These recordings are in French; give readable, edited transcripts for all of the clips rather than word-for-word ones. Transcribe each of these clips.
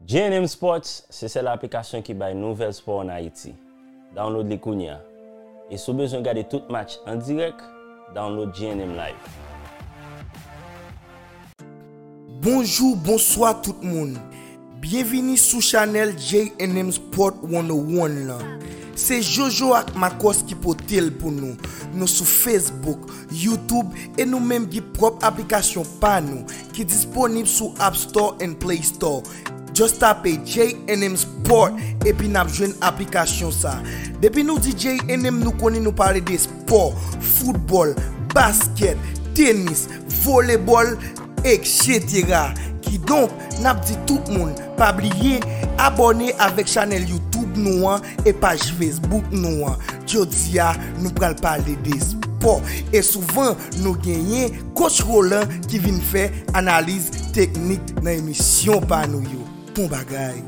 JNM Sports, c'est celle l'application qui baille nouvelle sport en Haïti. Download les Kounia. Et si vous avez besoin de regarder tout match en direct, download JNM Live. Bonjour, bonsoir tout le monde. Bienvenue sur channel JNM Sport 101 là. C'est Jojo ak Makos qui potel pour nous. Nous sur Facebook, YouTube et nous même qui propre application par nous qui est disponible sur App Store and Play Store. Just tapez JNM Sport et puis n'a besoin application ça. Depuis nous dit JNM nous connaît nous parler des sports, football, basket, tennis, volleyball, etc. Qui donc n'a dit tout le monde pas oublier abonner avec chaîne YouTube nous et page Facebook nous. Jodia nous pral parler des sports et souvent nous gagnons coach Roland qui vient faire analyse technique dans émission par nous yo. Bon bagay.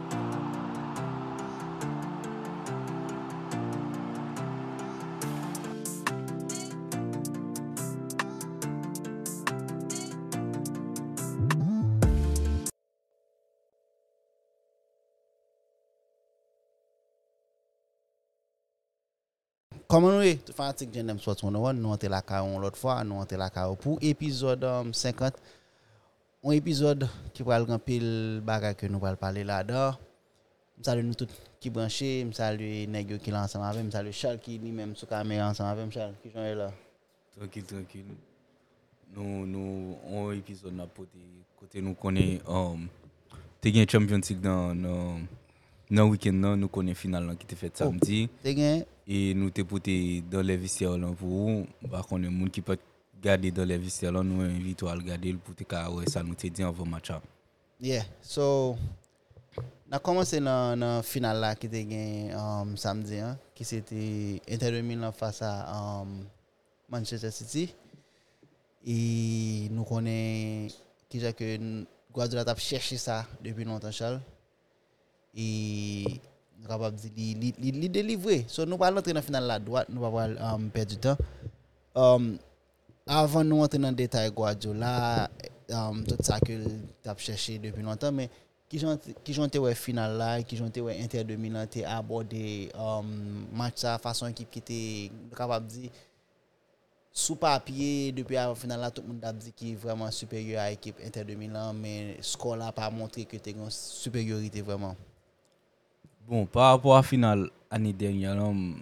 Comment nous est fanatique JNM Sport 101, nous on la caron l'autre fois, nous on la caron pour épisode 50. Un épisode qui va le pile bagage que nous va parler là-dedans. Salut nous tous qui branché, salut nèg qui là ensemble avec, salut Charles qui lui même sur caméra ensemble avec Charles qui est là. Tranquille. Nous un épisode n'a poté côté nous connaît t'es gagné Champions League dans week-end là, nous connaît finale qui était fait samedi. T'es gagné et nous t'es poté dans les vestiaires là pour par contre monde qui peut garder dans les vestiaires là nous invite à regarder pour te carrer ça nous te dit avant match. Yeah, so on a commencé dans finale là qui était gagné samedi hein, qui c'était Inter de Milan face à Manchester City. Et nous connaissons que Guardiola a cherché ça depuis longtemps Charles. Et nous capable de li délivrer. So nous pas rentrer dans finale là droite, nous pas perdre du temps. Avant nous entrer dans le détail Guardiola tout ça que t'a cherché depuis longtemps mais qui jonté ouais finale là, qui jonté ouais Inter de Milan t'es abordé match ça façon équipe qui était capable dire sous papier depuis la finale là tout le monde a dit qui est vraiment supérieur à l'équipe Inter de Milan mais score là pas montré que t'es une supériorité vraiment. Bon, par rapport à la finale année dernière,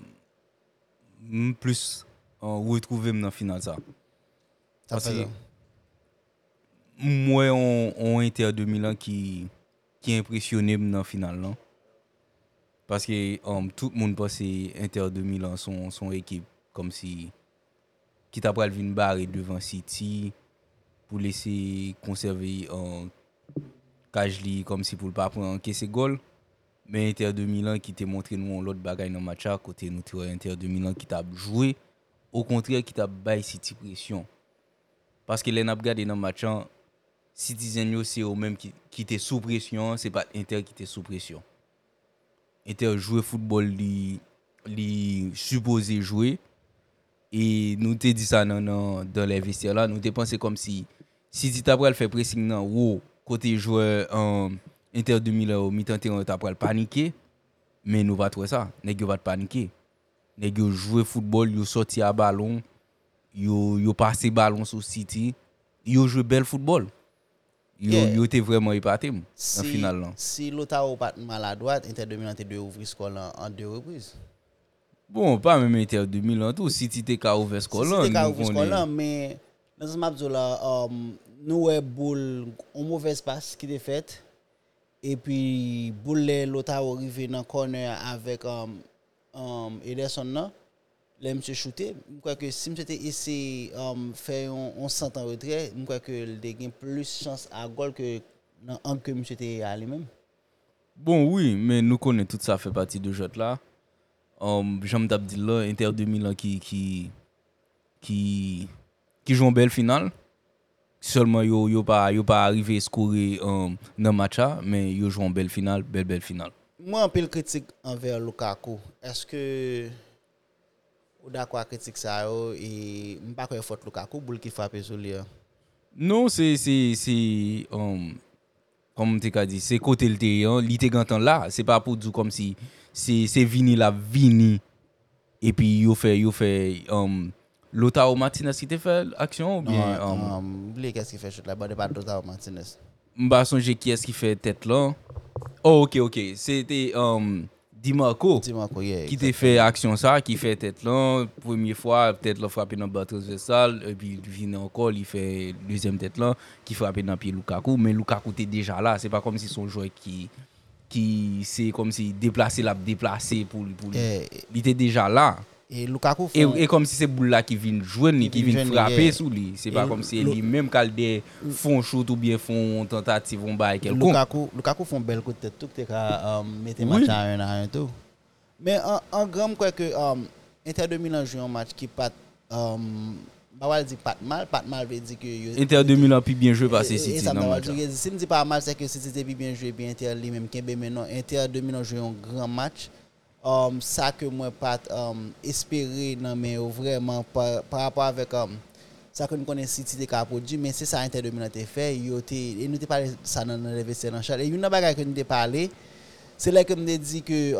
plus retrouver dans la finale ça. Parce que moi on Inter de Milan qui impressionné dans la finale là. Parce que tout le monde pense Inter de Milan son équipe comme si qui t'a pral vinn barrer devant City pour laisser conserver Kajli comme si pour pas prendre encaisser goal. Mais Inter de Milan qui t'a montré nous l'autre bagaille dans match à côté nous Inter de Milan qui t'a joué au contraire qui t'a bail City pression. Parce que les n'a regardé dans match Citizen yo c'est eux même qui était sous pression, c'est pas Inter qui était sous pression. Inter jouer football li supposé jouer et nous te dit ça dans les vestiaires là, nous te pensé comme si City t'a pral faire pressing nan haut côté joueur Inter de Milan au mi-temps terrain t'a pral paniquer mais nous pas trouver ça, nèg yo pas paniquer. Nèg yo jouer football, yo sorti à ballon, yo passer ballon sur City, yo jouer bel football. Yo était vraiment épaté dans finale là. Si Lautaro pas maladroit, Inter de Milan te doit ouvrir score en deux reprises. Bon, pas même Inter de Milan tout City te ka ouvert score là. City te ka ouvert score là mais dans ce match là nous ouais boule un mauvais passe qui était fait et puis boule Lautaro arrivé dans corner avec Ederson là. Là monsieur shooté, je crois que si monsieur était essayé faire un centre en retrait, je crois que il a plus chance à goal que dans angle que monsieur était à lui-même. Bon oui, mais nous connaissons tout ça fait partie de jeu là. J'aime dit là Inter de Milan qui joue une belle finale. Seulement yo pas arrivé à scorer dans match mais yo joue une belle finale, belle finale. Moi un peu critique envers Lukaku. Est-ce que ou d'accord critique ça et pas quoi faute Lukaku boule qui frappe sur lui. Non, c'est comme tu as dit, c'est côté le terrain, il était gantant là, c'est pas pour dire comme si c'est vini la vini et puis il fait Lautaro Martinez qui t'a fait action ou bien qu'est-ce qu'il fait chute là-bas, pas Lautaro Martinez. M'ba songe qui est-ce qui fait tête là. Oh OK, c'était Di Marco Yeah, qui t'a fait action ça, qui fait tête là, première fois tête là frappé dans bas transversal et puis il vient encore, il fait deuxième tête là qui frappe dans pied Lukaku, mais Lukaku était déjà là, c'est pas comme si son joueur qui c'est comme si déplacer pour il était déjà là. Et Lukaku et comme si c'est boule là qui vient jouer qui vient frapper sous lui, c'est pas comme si lui même calde font shoot ou bien font tentative on bail quelconque. Lukaku font belle coup de tête tout que mettre match à 1-1 tout. Mais en grand quoi que Inter de Milan joue un match qui pas Bawal dit pas mal veut dire que Inter de Milan puis bien joué par City dans match. Si me dit pas mal c'est que City était bien joué bien Inter lui même Kembe mais non Inter de Milan joue un grand match. Ça que moi pas espérer non mais vraiment par rapport avec ça que nous connaissons City de produit mais c'est ça Inter de Milan a fait et nous t'ai parlé ça dans le vestiaire dans Charles et une bagarre que nous t'ai parlé c'est là que me dit que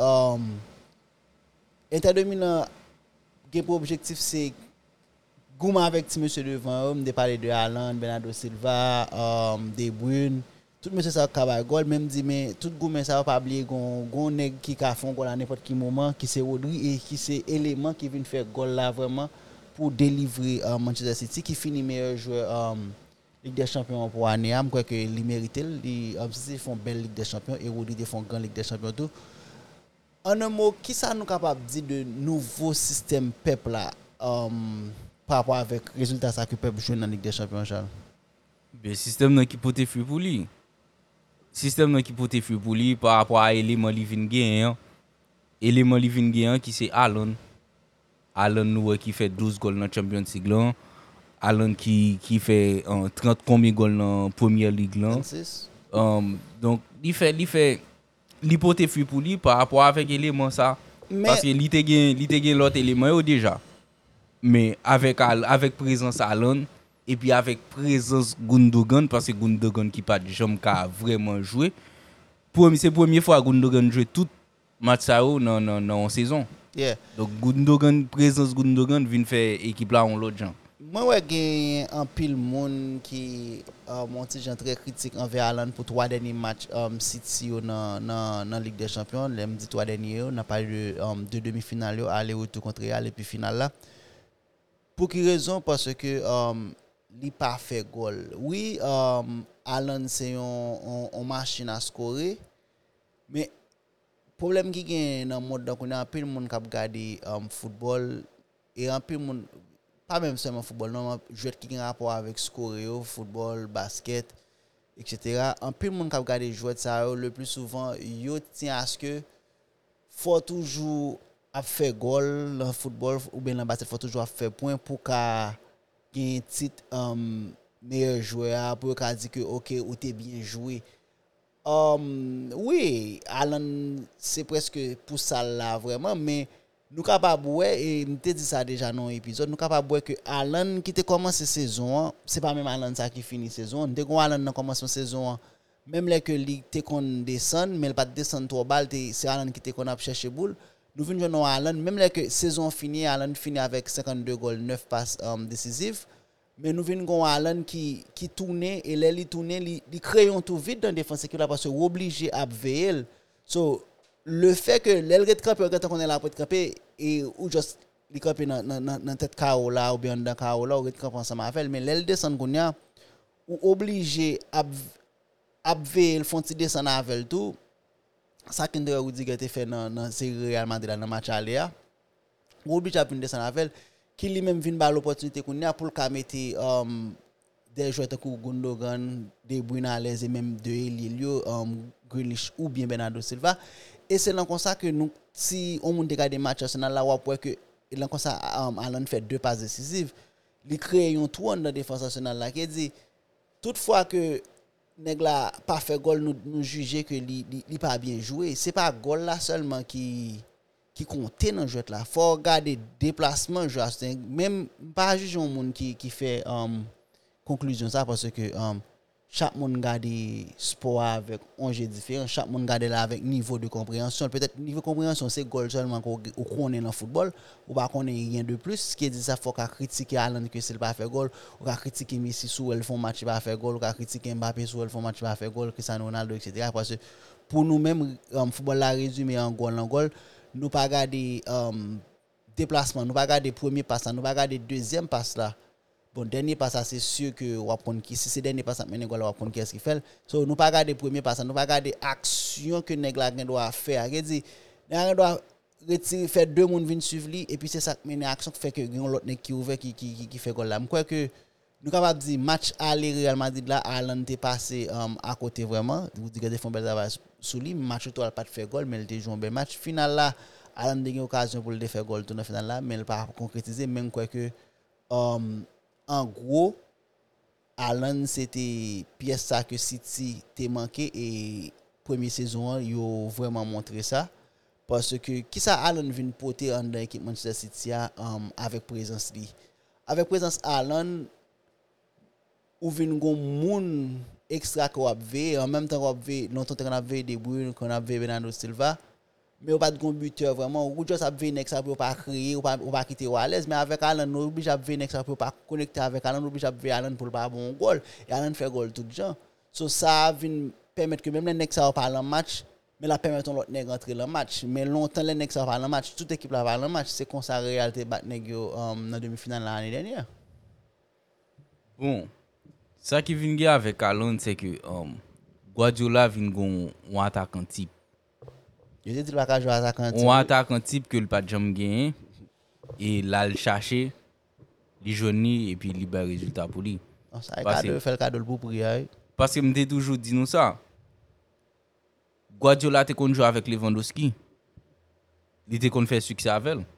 Inter de Milan qui pour objectif c'est goumer avec petit monsieur devant me parler de Haaland, Bernardo Silva, De Bruyne. Tout monsieur ça capable goal même dit mais tout goumen ça va pas oublier gon nèg qui ka font goal à n'importe quel moment qui c'est Rodri et qui c'est élément qui vient faire goal là vraiment pour délivrer Manchester City qui finit meilleur joueur Ligue des Champions pour année je crois que il mérite ils font belle Ligue des Champions et Rodri font grande Ligue des Champions tout. En un mot qui ça nous capable dire de nouveau système Pep là par rapport avec résultat ça que Pep joue dans Ligue des Champions Charles. Le système qui peut faire pour lui. Système qui peut faire pour lui par rapport à élément living gain. Élément living gain qui c'est Haaland nous qui fait 12 goals dans Champions League là. Haaland qui fait 30 combien goals dans Première Ligue là. 26. Donc il peut faire pour lui par rapport avec élément ça parce que il te gain l'autre élément déjà. Mais avec présence Haaland et puis avec présence Gundogan parce que Gundogan qui pas jamais vraiment joué c'est première fois Gundogan joue tout match ça dans saison. Yeah. Donc présence Gundogan vient faire équipe là en l'autre genre. Moi ouais gagne un pile monde qui mon petit gens très critique envers Haaland pour 3 derniers matchs City dans Ligue des Champions, les me dit 3 derniers on a pas de demi-finale aller retour contre Real et puis finale là. Pour quelle raison? Parce que il pas fait goal. Oui, Haaland c'est une machine à scorer, mais problème qui gagne dans le mode donc on a un peu de monde qui regarde football et un peu de monde pas même seulement football, non, joueur qui a rapport avec scorer, football, basket, etc. Un peu de monde qui regarde jouer ça le plus souvent yo tient à ce que faut toujours à faire goal dans football ou bien dans basket faut toujours faire point pour qu'a gagne titre meilleur joueur pour qu'a dire que OK ou t'es bien joué. Oui, Haaland c'est presque pour ça là vraiment mais nous capable et me dit ça déjà dans épisode nous capable que Haaland qui te commencé saison c'est pas même Haaland ça qui finit saison dès qu'on Haaland dans commence saison même les que ligue te kon descend mais pas descendre trop balle c'est Haaland qui te kon a chercher boule. Nous venons de Haaland, même là que saison finie, Haaland finit avec 52 goals, 9 passes décisives. Mais nous venons de Haaland qui tourne et là, il tourne, il crée un tout vide dans la défense équipe parce que obligé à veiller. So, le fait que l'aile camper quand on est là pour camper et ou juste il camper dans tête KO là ou bien dans KO là ou camper ensemble avec mais l'aile descend gonya ou obligé à veiller font ti descendre avec tout. Ça qui ndre ou dit que fait dans série Real Madrid dans match aller ou obligé à venir descendre avec qui lui même vinn ba l'opportunité qu'on a pour le mettre des joueurs comme Gundogan, De Bruyne à l'aise et même de Elio Grealish ou bien Bernardo Silva et c'est là comme ça que nous si on monte regarder match Arsenal là on que là comme ça Haaland fait 2 passes décisives il crée un trou dans défense nationale là qui dit toutefois que nèg la pas fait goal nous juger que il pas bien joué c'est pas goal là seulement qui compte dans jeu là faut regarder déplacement joueur même pas juger un monde qui fait conclusion ça parce que chaque monde garde sport avec un jeu différent, chaque monde garde là avec niveau de compréhension. Peut-être niveau de compréhension c'est goal seulement qu'on connaît dans le football, ou pas connaît rien de plus. Ce qui dit ça faut qu'à critiquer Haaland que s'il pas fait goal, ou qu'à critiquer Messi sous elle font match pas faire goal, ou qu'à critiquer Mbappé sous elle font match pas faire goal, Cristiano Ronaldo etc. Parce que pour nous-mêmes football la résumé en goal, nous pas garder déplacement, nous pas garder premier passe, nous pas garder deuxième passe là. Bon, dernier passe, c'est sûr que on va prendre qui. Si c'est dernier passe, on va prendre qui est-ce qu'il fait. So, nous pas garder premier passe, nous pas garder action que nèg la doit faire. Il dit, nèg doit retirer faire deux monde viennent suivre lui et puis c'est ça mener action qui fait que l'autre nèg qui ouvert qui fait goal là. Je crois que nous capable dire match aller Real Madrid là, Haaland est passé à côté vraiment. Vous dites que font bel travail sous lui, match tout pas de faire goal mais il était joué un bel match. Final là, Haaland a eu occasion pour le faire goal tout dans final là, mais il pas concrétisé même quoi que en gros, Haaland c'était pièce ça que City t'a manqué et première saison ils ont vraiment montré ça parce que qui ça Haaland vient porter en équipe Manchester City avec présence lui. Avec présence Haaland ou vient gon moun extra qu'on a vu en même temps qu'on a vu longtemps qu'on a vu De Bruyne qu'on a vu Bernardo Silva mais on pas de bon buteur vraiment ou juste a venir ça pour pas créer ou pas quitter à l'aise mais avec Haaland nous obligé à venir ça pour pas connecter avec Haaland obligé à venir Haaland pour pas bon goal et Haaland fait goal tout le temps so ça vient permettre que même les nèg ça pas dans match mais la permettre l'autre nèg rentrer dans match mais longtemps les nèg ça pas dans match toute équipe là va dans match c'est comme ça réalité bat nèg dans demi-finale l'année dernière. Bon, ça qui vient avec Haaland c'est que Guardiola vient gon un attaquant type. Je dis pas jouer attaquant type. Un attaquant type que le pas jamais gagné et là le chercher, les journée et puis il libère résultat pour lui. Ça cadeau fait le cadeau pour prier. Parce que m'était toujours dit nous ça. Guardiola te kon jouer avec Lewandowski. Il te kon faire succès avec elle.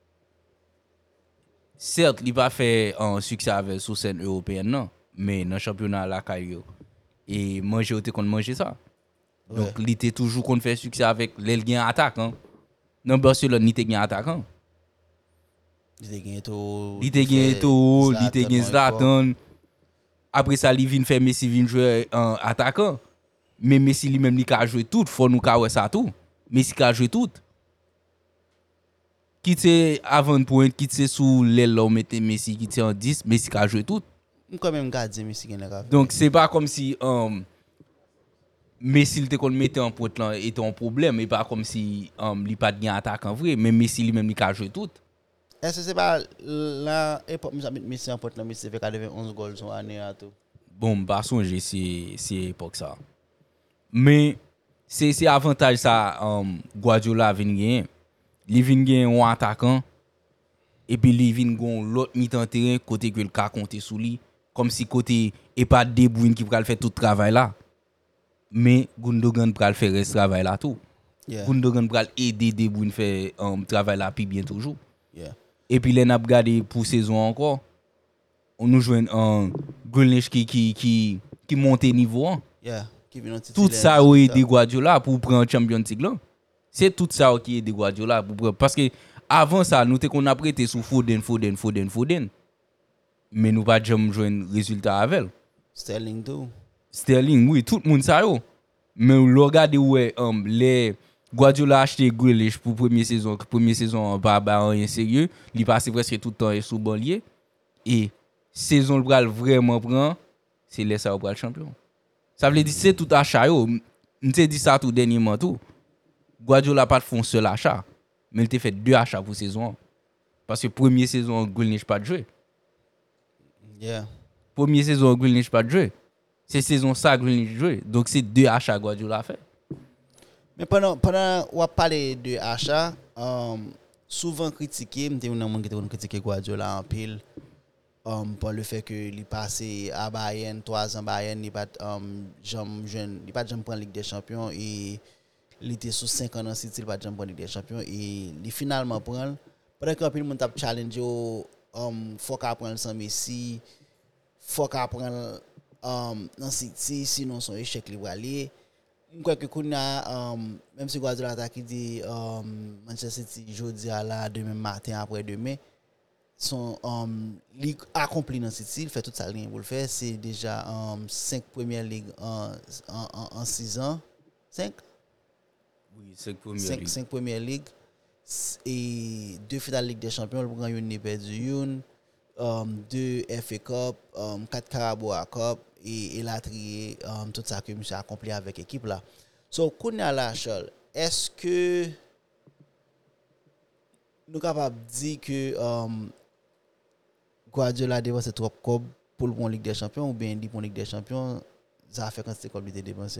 Certes, il pas fait un succès avec sous scène européenne non, mais dans championnat la caillou et manger te kon manger ça. Donc il était toujours qu'on fait succès avec les gains attaquant. Dans Barcelone, il était gain attaquant. Il était gain tout. Il était gain tout, il était gain Zlatan. Après ça, il vient faire Messi vient jouer en attaquant. Mais Messi lui-même il a joué tout, faut nous ca ça tout. Messi a joué tout. Qui c'est avant point, qui c'est sous l'aile on mettait Messi qui était en 10, Messi a joué tout. Quand même garder Messi gain la. Donc c'est pas comme si Messi il te kon mettait en pointe là était un problème et pas comme si il pas de gain attaque en vrai mais Messi lui-même il a joué tout. Est-ce que c'est pas là époque Messi en pointe là Messi fait 91 goals son année à tout. Bon pas songer c'est époque ça. Mais c'est avantage ça Guardiola vinn gagner. Il vinn gagner un attaquant et puis il vinn gon l'autre mi-temps terrain côté que le ca compter sous lui comme si côté et pas De Bruyne qui va faire tout travail là. Mais Gundogan pral faire ce travail là tout. Yeah. Gundogan pral aider De Bruyne faire travail là puis bien toujours. Yeah. Et puis les n'a regardé pour saison encore. On nous joue un Grealish qui monte niveau. Yeah. Tout ça a aidé Guardiola pour prendre Champions League là. C'est tout ça qui aidé Guardiola pour parce que avant ça nous qu'on a prêté sous Foden. Mais nous pas jamais jouer un résultat avec. Sterling tout. Sterling, oui, tout le monde ça yo. Mais regardez ouais les Guardiola a acheté Grealish pour première saison pas rien sérieux, il passe presque tout le temps sous banlier et saison le bral vraiment prend, c'est les ça pour champion. Ça veut dire c'est tout achat yo. On t'a dit ça tout dernièrement tout. Guardiola pas font seul achat, mais il t'a fait deux achats pour saison. Parce que première saison Grealish pas de jouer. Yeah. Première saison Grealish pas de jouer. C'est saison ça Grealish jouer. Donc c'est deux achats Guardiola fait. Mais pendant on parler de achats, souvent critiqué, m'était un monde qui critiqué Guardiola en pile par le fait que il passé à Bayern 3 ans Bayern il pas jeune, il pas jamais prendre Ligue des Champions et il était sous 5 ans dans City, il pas jamais prendre Ligue des Champions et il finalement prend pendant que pile monde t'a challenge faut qu'à prendre sans Messi, faut qu'à prendre dans City sinon son échec li va aller. Je crois que même si Guardiola qui dit Manchester City jeudi à la demain matin après demain son ligue accomplie dans City, il fait tout ça pour le faire, c'est déjà 5 premières ligues en 6 ans. 5 Oui, 5 premières ligues. 5 premières ligues et 2 finales Ligue des Champions, le grand une perdu une, 2 FA Cup, 4 Carabao Cup et la trier tout ça que monsieur a accompli avec l'équipe là. So Kounia la Charles, est-ce que nous capable dire que Guardiola a dépensé trop cob pour le Ligue des Champions ou bien dit pour Ligue des Champions ça a fait quantité cob il dépensé?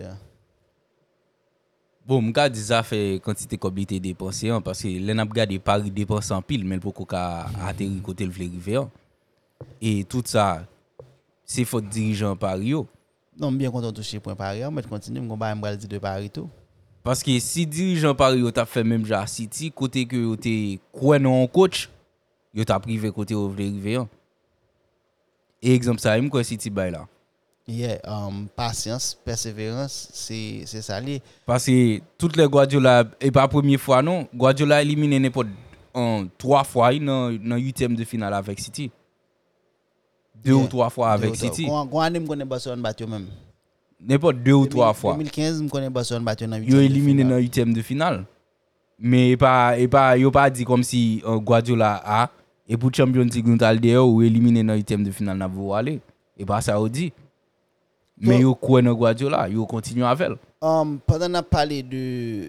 Bon, m'ka dit ça fait quantité cob il dépensé parce que l'on a regardé Paris dépense en pile mais pour qu'à atterrir côté le vle river. Et tout ça c'est faute dirigeant Paris yo. Non, bien content toucher point Paris, mais continue on va me dire de Paris tout. Parce que si dirigeant Paris yo t'a fait même genre City côté que yo té quoi non coach, yo t'a privé côté au vle river. Et exemple ça, me quoi City bay là. Yeah, patience, persévérance, c'est ça li. Parce que toutes les Guardiola et pas première fois non, Guardiola éliminé n'importe 3 fois dans 8e de finale avec City. 2 ou 3 fois avec City. Quand année me connais Barcelone battu même. N'importe 2 ou 3 fois. 2015 me connais Barcelone battu dans 8e. Yo éliminé dans 8e de finale. Mais yo pas dit comme si Guardiola a et pour Champions League nous t'al dehors ou éliminé dans 8e de finale n'a vous aller. Et pas ça on dit. Mais yo quoi dans Guardiola, yo continue avec. Pendant on a parlé de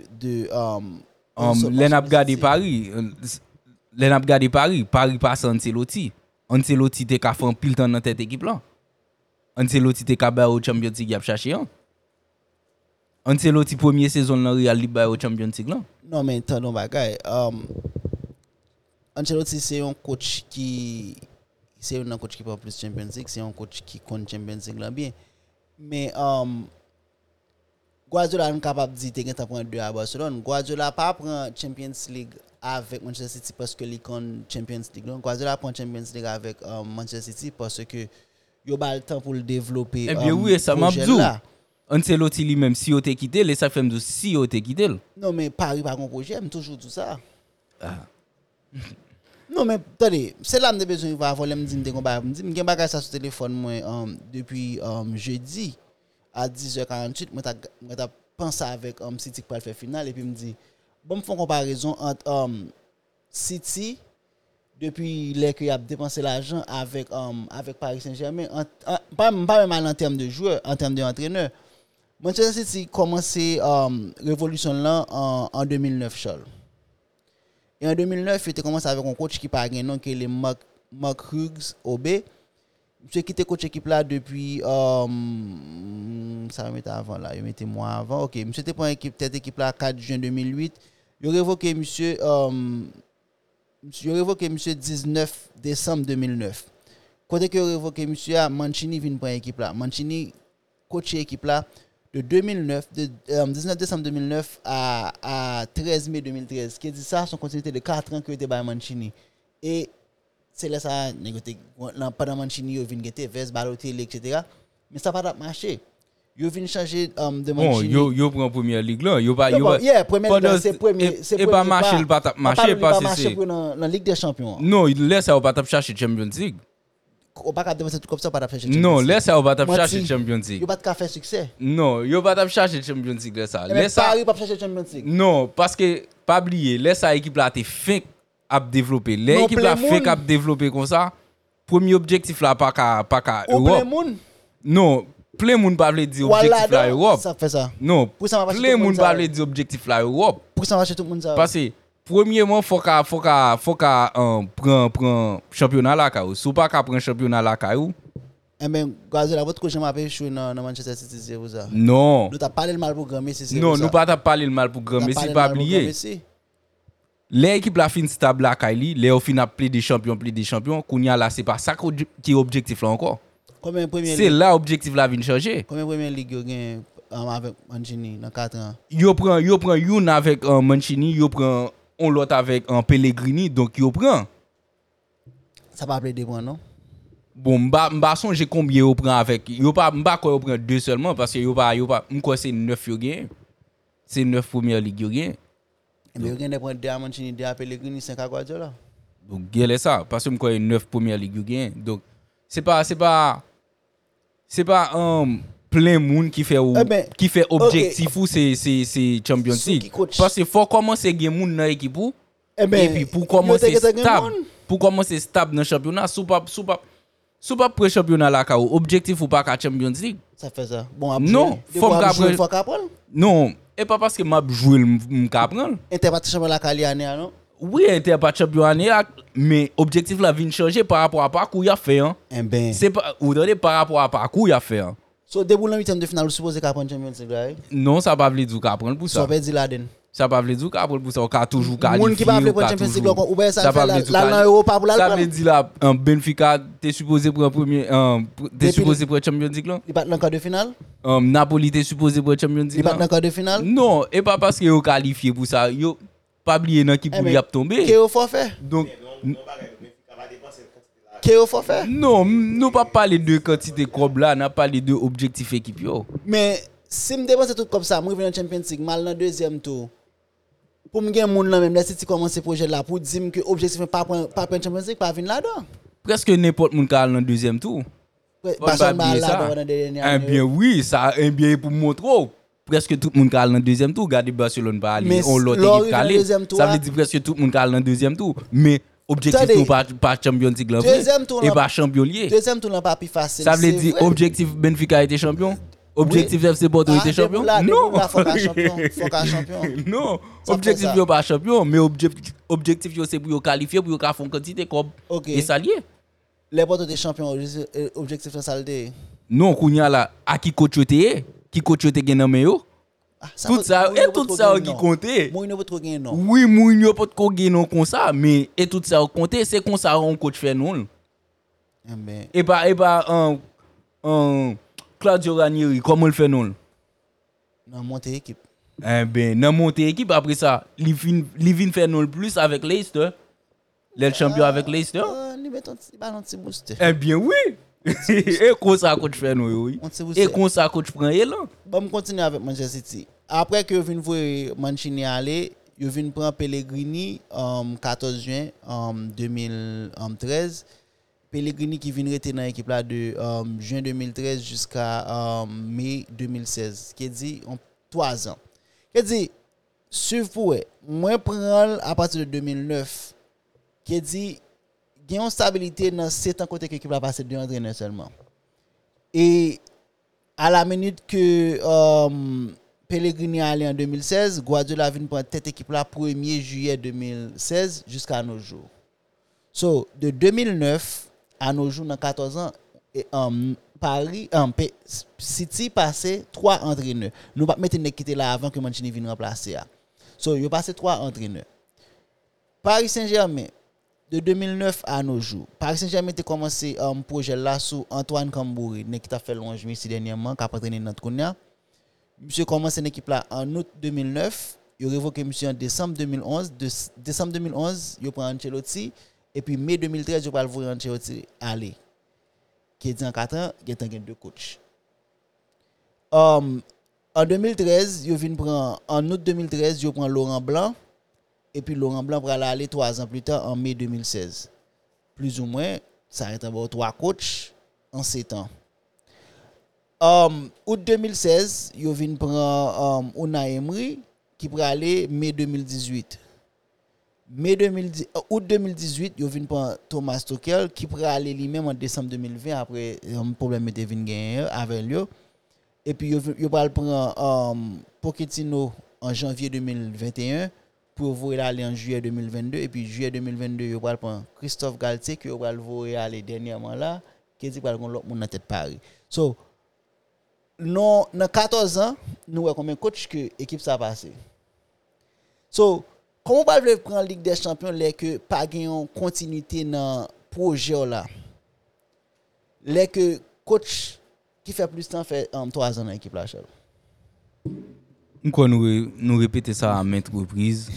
l'en Paris passe Ancelotti. Ancelotti te ka fait un pile temps dans cette équipe là. Ancelotti te ka ba au Champions League y a cherché. Ancelotti première saison dans Real li ba au Champions League là. Non mais attends bagay. Ancelotti c'est un coach qui prend plus Champions League, c'est un coach qui compte Champions League là bien. Mais Guardiola est capable de dire qu'il a pris 2 à Barcelone. Guardiola pas prend Champions League avec Manchester City parce que il compte Champions League. Donc Guardiola prend Champions League avec Manchester City parce que il a le temps pour le développer. Eh bien oui, ça m'a dit. Ancelotti lui-même si il t'a quitté, les ça fait si il t'a quitté. Non mais Paris pas un projet, j'aime toujours tout ça. Non mais attendez, c'est là que j'ai besoin de voir me dire combat. Me dit bagage ça sur téléphone moi depuis jeudi à 10h48, moi t'a pensé avec City pour faire finale et puis me dit bon me font comparaison entre City depuis les que a dépensé l'argent avec Paris Saint-Germain pas même en termes de joueurs, en termes d'entraîneurs. Manchester City commencé révolution là en 2009 Charles. Et en 2009, il était commencé avec un coach qui pas nom qui est le Mark Hughes OB. Monsieur qui était coach équipe là depuis ça mettait avant là, il mettait mois avant. OK, monsieur était pour tête équipe là 4 juin 2008. Il révoqué monsieur 19 décembre 2009. Côté que révoqué monsieur Mancini vient pour équipe là. Mancini coach équipe là de 2009 de 19 décembre 2009 à 13 mai 2013 qui dit ça son continuité de 4 ans que était by Mancini et c'est là ça négocié pendant Mancini il vient gêter vers Balotelli etc. mais ça pas marché il vient changer de Mancini yo prend première ligue là yo pas première ligue c'est premier et pas marcher le pas marcher parce que c'est dans Ligue des Champions non il laisse ça pas chercher Champions League. On pas dépenser tout comme ça pas chercher. Non, laisse ça on va chercher Champions League. Yo pas faire succès. Non, yo pas chercher Champions League laisse ça. Laisse ça Paris pas chercher Champions League. Non, parce que pas oublier, laisse ça équipe là t'es fin à développer. L'équipe là fin à développer comme ça. Premier objectif là pas qu'à Europe. Non, plein monde pas veut dire objectif là Europe. Ça fait ça. Non, plein monde pas veut dire objectif là Europe. Pour ça va acheter tout le monde ça. Parce que premièrement faut qu'à prend championnat là ka ou sou pas qu'à prendre championnat là ka ou. Eh ben Guardiola votre coach m'a fait jouer dans Manchester City c'est vous ça. Non. Nous t'a parlé le mal programmé c'est non, nous pas t'a parlé le mal programmé, c'est pas oublier. L'équipe la fin stable là Kylie, les au final plus des champions, kounya là c'est pas ça qui est objectif là encore. Combien premier c'est là objectif là vient changer. Combien premier ligue yo gagne avec Mancini dans 4 ans. Yo prend une avec Mancini, yo prend on l'autre avec Pellegrini donc yo prend. Ça pas des points non. Bon m'ba songe combien yo prend avec yo pas m'ba quoi yo prend 2 seulement parce que yo pas m'ko c'est 9 yo gagne. C'est 9 première ligue yo gagne. Mais yo gagne des points de Mancini, de Pellegrini, 5 à Guardiola. Donc gèle ça parce que me croit 9 première ligue gain. Donc c'est pas plein monde qui fait objectif ou c'est Champions League. Parce que faut commencer gain monde dans équipe ou et puis pour commencer stable dans championnat sous pas pré championnat là ka objectif ou pas ka Champions League. Ça fait ça. Bon après. Non, faut qu'apprendre. Non, et pas parce que m'a jouer m'apprendre. Inter pas champion la Cali année non. Oui, Inter pas champion année mais objectif là vient changer par rapport à parcours il a fait hein. C'est pas ou par rapport à parcours il a fait hein. So debout dans 8e de finale supposé qu'apprendre Champions League là. Non, ça pas veut dire qu'apprendre pour ça. Ça veut dire Laden. Ça pas veut dire qu'apprendre pour ça on a toujours qualifié. Moun qui pas veut prendre Champions League ou bien ça fait là dans Europa pour la. Ça veut dire là Benfica t'es supposé prendre premier t'es supposé prendre Champions League là. Il pas dans quart de finale. Napoli t'es supposé prendre Champions League. Il pas dans quart de finale. Non, et pas parce que yo qualifié pour ça, yo pas oublier dans qui pour y a tomber. Qu'est au forfait. Donc qu'est au forfait. Non, nous pas parler de quantité club là, n'a parlé de objectif équipe yo. Mais si me dépense tout comme ça, moi venir dans Champions League mal dans deuxième tour. Pour me gagner monde là même là si tu commences ce projet là pour dire que objectif pas prendre Champions League pas venir là-dedans. Presque n'importe monde qui dans deuxième tour. Personne pas là dans dernier. Eh bien oui, ça un bien pour montrer. Presque tout le monde qui dans deuxième tour, regardez Barcelone pas aller, on l'autre équipe calé. Ça veut dire presque tout le monde qui dans deuxième tour, mais objectif nous pas Champions League là et pas champion lié. Deuxième tour là pas plus facile. Ça veut dire objectif Benfica était champion. Objectif FC Porto était champion. Non. Faut qu'un champion. Non. Objectif yo pas champion, mais objectif yo c'est pour yo qualifier pour yo ka font quantité comme et ça lié. Les Porto des champions objectif ça salté. Non, kounya là à qui coach te gen nan men yo. Tout ça et tout ça qui comptait. Mourinho pas trop gain non. Oui, Mourinho pas trop gain non comme ça, mais et tout ça comptait, c'est comme ça on coach fait non. Et pas Claudio Ranieri, comment il fait non? Dans monter équipe. Dans monter équipe après ça, il vient faire non plus avec Leicester. Les champions avec Leicester. Il met un petit boost. Oui. Et comme ça coach fait non oui. Et comme ça coach prend élan. Bon, continuer avec Manchester City. Après que vinn voir Mancini aller, il vinn prendre Pellegrini 14 juin 2013. Pellegrini qui vient rester dans l'équipe là de juin 2013 jusqu'à mai 2016, qui dit 3 ans. Qui dit suivre pour moi prendre à partir de 2009, qui dit il y a une stabilité dans 7 ans côté que l'équipe a passé 2 entraîneurs seulement. Et à la minute que Pellegrini allé en 2016, Guardiola vient prendre tête équipe là 1er juillet 2016 jusqu'à nos jours. So de 2009 à nos jours dans 14 ans City passé 3 entraîneurs. Nous pas mettre quitter là avant que Mancini vienne remplacer. So il passé 3 entraîneurs. Paris Saint-Germain de 2009 à nos jours. Paris Saint-Germain a commencé un projet là sous Antoine Cambouri, qui a fait loin ici dernièrement, qui a entraîné notre Konya. Monsieur commencé une équipe là en août 2009, il a révoqué monsieur en décembre 2011, décembre 2011, il prend Ancelotti et puis mai 2013, il va le voir Ancelotti aller. Qui est dit en 4 ans, il y a 2 coachs. En 2013, il vient prendre en août 2013, il prend Laurent Blanc. Et puis Laurent Blanc va aller 3 ans plus tard en mai 2016. Plus ou moins, ça a été 3 coachs en 7 ans. Août 2016, il vient prendre Unai Emery qui va aller mai 2018. Août 2018, il vient prendre Thomas Tuchel qui va aller lui-même en décembre 2020 après un problème de vin gagné avec lui. Et puis il va prendre Pochettino en janvier 2021. Pour voir aller en juillet 2022 et puis juillet 2022 il va prendre Christophe Galtier qui va le voir aller dernièrement là qui dit pas qu'on l'autre monde dans tête Paris. So non dans 14 ans nous voyons combien coach que équipe ça passé. So comment on va prendre Ligue des Champions les que pas gagne continuité dans projet là. Les que coach qui fait plus de temps fait 3 ans dans l'équipe là. Nous répéter ça à maintes reprises.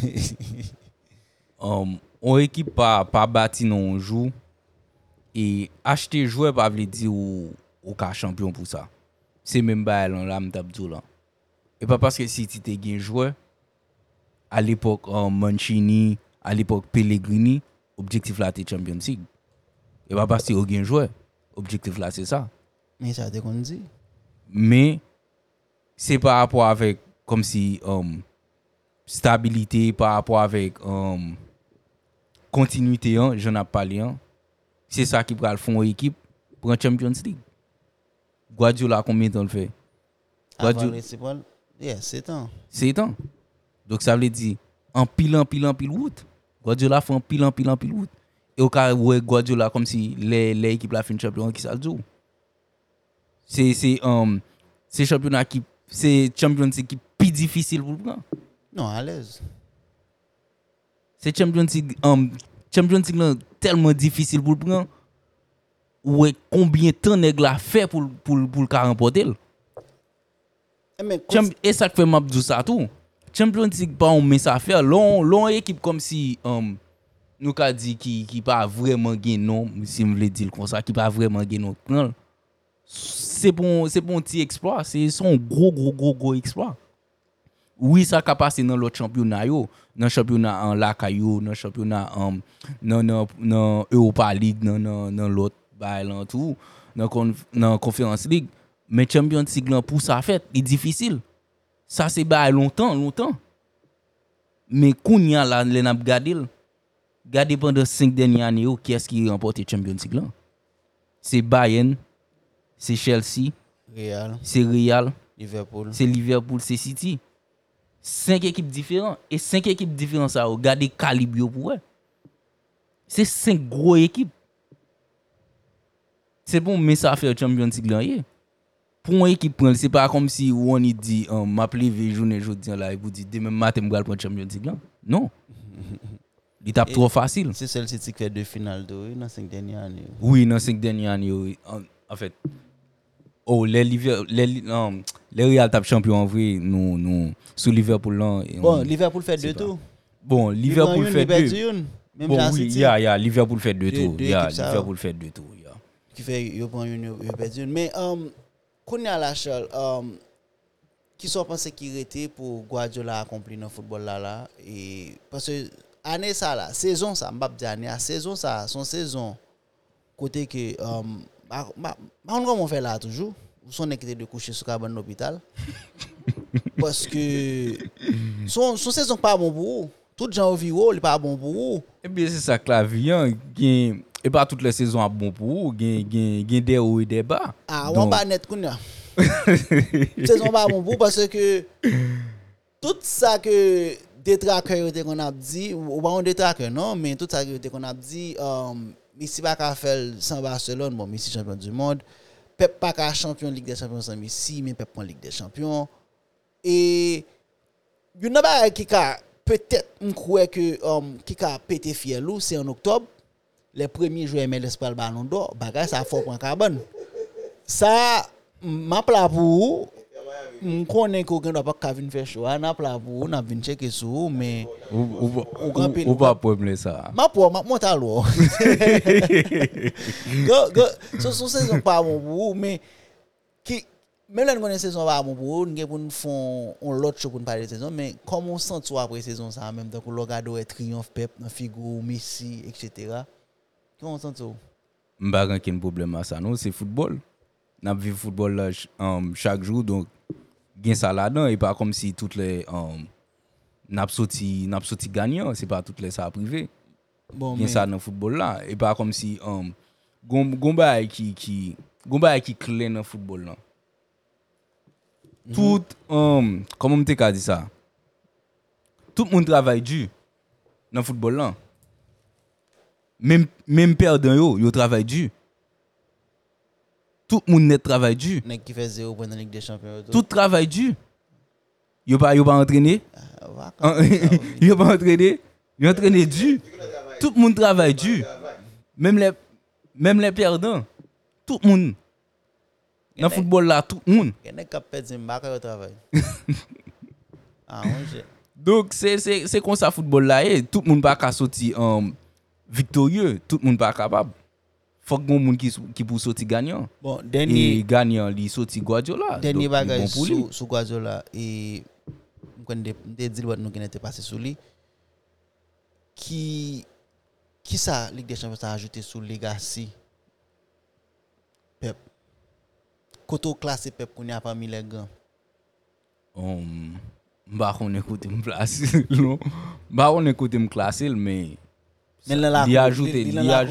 On équipe pas bâti non jour et acheter joueur pas veut dire ou ka champion pour ça. C'est même pas là m'tabdou là. Et pas parce que City te gagne joueur à l'époque Mancini, à l'époque Pellegrini, objectif là c'est Champions League. Et pas parce que vous gagnez joueur. Objectif là c'est ça. Mais ça te qu'on dit. Mais c'est par rapport avec comme si stabilité par rapport avec continuité j'en ai parlé c'est ça qui va le fond équipe pour un Champions League. Guardiola combien de temps le fait? Guardiola c'est 7 ans. 7 ans. Donc ça veut dire en pile route. Guardiola fait en pile route. Et au cas où Guardiola comme si les équipes la fin champion qui ça le joue. C'est championnat qui c'est Champions League qui plus difficile pour le prendre. Non, à l'aise. C'est Champions League là, tellement difficile pour le prendre. Ouais, combien de temps nèg la fait pour le remporter? Et ça fait m'a dit ça tout. Champions League pas on met ça à faire long équipe comme si nous ka dit qui pas vraiment gagné non si me veut dire comme ça qui pas vraiment gagné non. C'est bon petit exploit, c'est son gros exploit. Oui, ça ka passer dans l'autre championnat yo, dans championnat en la caillou, dans championnat dans Europa League, dans l'autre bail tout, dans Conference League, mais Champions League là pour ça fait, il difficile. Ça c'est bail longtemps. Mais kounya là les n'a regardez pendant 5 dernières années qui est-ce qui remporté Champions League là? C'est Bayern, c'est Chelsea, c'est Real, Liverpool, c'est City. 5 équipes différentes et 5 équipes différentes ça regardez calibre pour eux. C'est 5 gros équipes. C'est bon mais ça fait Champions League là. Pour une équipe c'est pas comme si on dit m'appeler journée aujourd'hui là et vous dit demain matin me prendre Champions League là. Non. Il tape trop facile. C'est celle City qui fait 2 finales dans 5 dernières années. Oui, dans 5 dernières années en fait. Les Real tape champion en vrai nous sous Liverpool là. Bon, Liverpool fait 2 tours. Bon, Liverpool fait 2. Même bon oui, Liverpool fait 2 tours. Liverpool fait 2 tours. Qui fait yo prend une perdu. Mais qu'on a la Charles qui sont pensés qui était pour Guardiola accomplir dans football là et parce que année ça là, saison ça, m'pa dire année, saison ça, son saison côté que comment on fait là toujours, ou son équité de coucher sur cabane d'hôpital parce que son saison pas bon pour vous. Tout gens viro, il pas bon pour vous. Et bien c'est ça que la vie et pas toutes les saisons à bon pour vous, gain des hauts et des bas. Ah, on pas net kounya. Saison pas bon pour parce que tout ça que détraqueur qu'on a dit ou pas on détraqueur non mais tout ça que qu'on a dit Messi pas qu'à faire sans Barcelone bon Messi champion du monde Pep pas qu'à champion Ligue des Champions sans Messi mais Pep prend Ligue des Champions et you know pas qui a peut-être on croit que qui a pété fiel ou c'est en octobre les premiers joueurs MLS pour le ballon d'or bagage ça faut prendre carbone ça m'a plat pour on connaît qu'on doit pas Kevin faire show on a plat pour on a vinn checker sur mais on va problème ça ma pour monte alors go so saison pas bon pour mais qui même là on saison pas bon pour on pour font on l'autre chose pour parler de saison mais comment on sent toi après saison ça en même temps que le gars doit triomphe Pep dans figure Messi etc. Comment on sent ça m'pa aucun problème à ça non c'est football n'a vivre football là chaque jour donc gain ça là-dedans et pas comme si toutes les n'a sorti gagnant c'est pas toutes les ça privé bon gain ça dans football là et pas comme si gomba qui clé dans football là tout comment me t'ai dit ça tout le monde travaille dur dans football là même perdant yo travaille dur. Tout le monde net travail dur. Nèg qui fait 0 point dans Ligue des Champions. Tout travail dur. Yo pas entraîné. Yo pas entraîné. Yo entraîné dur. Tout le monde travaille dur. Même les perdants. Tout le monde. Dans football là tout le monde. Nèg qui perd Mbappé au travail. Donc c'est comme ça football là tout le monde pas ka sorti victorieux, tout le monde pas capable. Faut que mon monde qui pour sortir gagnant. Bon, dernier gagnant li sorti Guardiola. Dernier bagage sur Guardiola et on connaît des deals nous qui n'était passé sur lui qui Qui ça Ligue des Champions a ajouté sur legacy Pep. Koto classé Pep qu'on a parmi les grands. Bah on écoute me placer non. Bah on écoute me classer mais il a ajouté.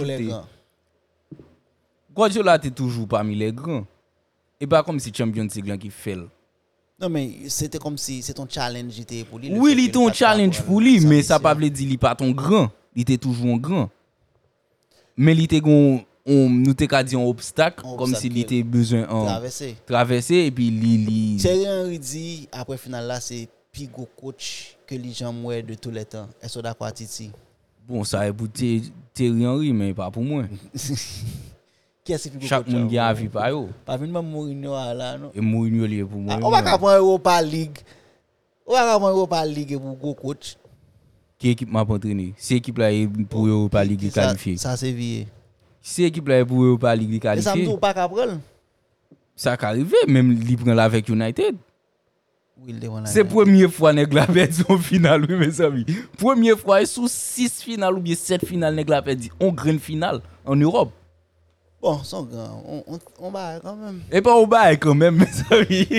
Guardiola était toujours parmi les grands. Et pas comme si Champions League qui fait. Non mais c'était comme si c'est ton challenge était pour lui. Oui, il était un challenge pour lui mais ça pas veut dire il pas ton grand. Il était toujours un grand. Mais il était nous t'ai qu'à dire un obstacle comme s'il était besoin traverser et puis li Thierry Henry dit après finale là c'est plus gros coach que les gens mouais de tous les temps. Est-ce d'accord Titi? Bon ça est pour Thierry Henry mais pas pour moi. Qui est-ce plus gros chaque monde qui a vu pas yo. Pas venir Mourinho là non. Et Mourinho lié pour moi. On va pas prendre Europa League. On va pas prendre Europa League pour gros coach. Qui équipe m'a entraîné? C'est équipe là pour Europa League qualifié. Ça c'est vieux. C'est équipe là pour Europa League qualifié. Et ça me pas capable. Ça qu'arrive même il prend avec United. Oui, c'est première fois nèg la perdu en finale oui mes amis. Première fois sous 6 finales ou bien 7 finales nèg la perdu en grande finale en Europe. Bon, son grand, on va quand même. Et pas on va quand même mes amis.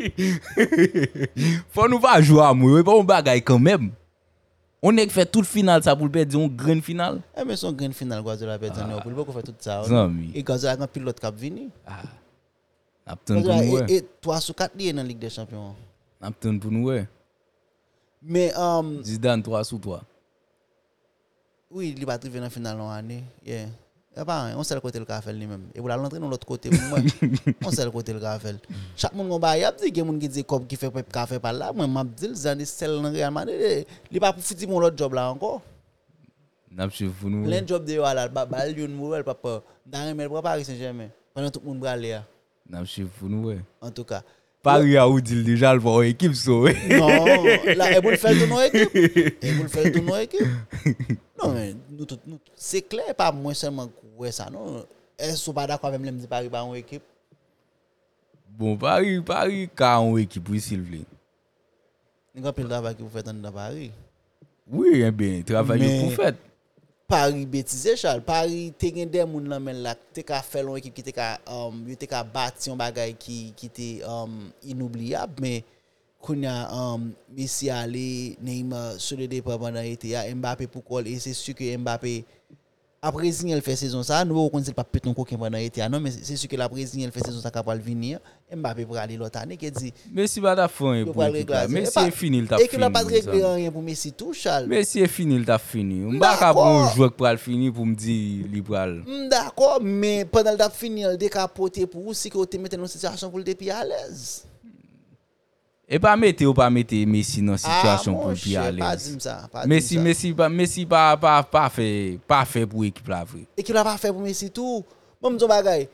Faut nous pas jouer à moi, pas on bagaille quand même. On est fait toute finale ça pour perdre une grande finale. Eh mais son grande finale Guardiola perdre en Europe, il peut faire tout ça. Et Guardiola a pilote cap vini. Et 3 sur 4 lié dans Ligue des Champions. Napton pour nous mais Zidane 3 sur 3. Oui, il va arriver dans finale en année. Yeah. On sait le côté le café lui-même. Et pour l'entrer dans l'autre côté, moi, on sait le côté le café. Chaque monde on va y a dit que monde qui dit comme qui fait café par là, moi m'a dit Zane celle dans Real Madrid, il pas pour foutre mon autre job là encore. N'a pas pour nous. Plein job de là, ba Lyon Mourel papa, dans Remel pour Paris Saint-Germain. Pendant tout le monde braler là. N'a pas pour nous En tout cas, Paris a dit déjà le voir équipe so. Non, là et vous le faites ton équipe. Et vous le faites ton équipe. Non mais nous c'est clair pas moins seulement ouais ça non. Est-ce pas d'accord avec même Paris pas une équipe? Bon Paris car une équipe oui s'il vous plaît. Vous avez le travail que vous faites dans Paris. Oui, eh bien, travail que vous faites. Paris bêtise Charles, Paris te gen des moun nan men là, te ka faire une équipe qui te ka bâti un bagay qui était inoubliable mais kounya Messi aller Neymar sur le départ pendant été Mbappé pour coller et c'est sûr que Mbappé après signer fait saison ça nous on sait pas péton coquin pendant été non mais c'est sûr que l'après signer fait saison ça capable venir Mbappé pour aller l'autre année qui dit Messi va ta fin pour Messi est fini il t'a fini et qu'il n'a pas réglé rien pour Messi tout Charles Messi est fini il t'a fini on pas capable un joueur pour le finir pour me dire libéral d'accord mais pendant le t'a fini il décapoter pour si que tu mettre dans une situation pour le dépi à l'aise. Et pas mettre Messi dans situation pour bien aller. Messi pas fait pour équipe là vrai. Équipe là pas fait pour Messi tout. Bon me bagay.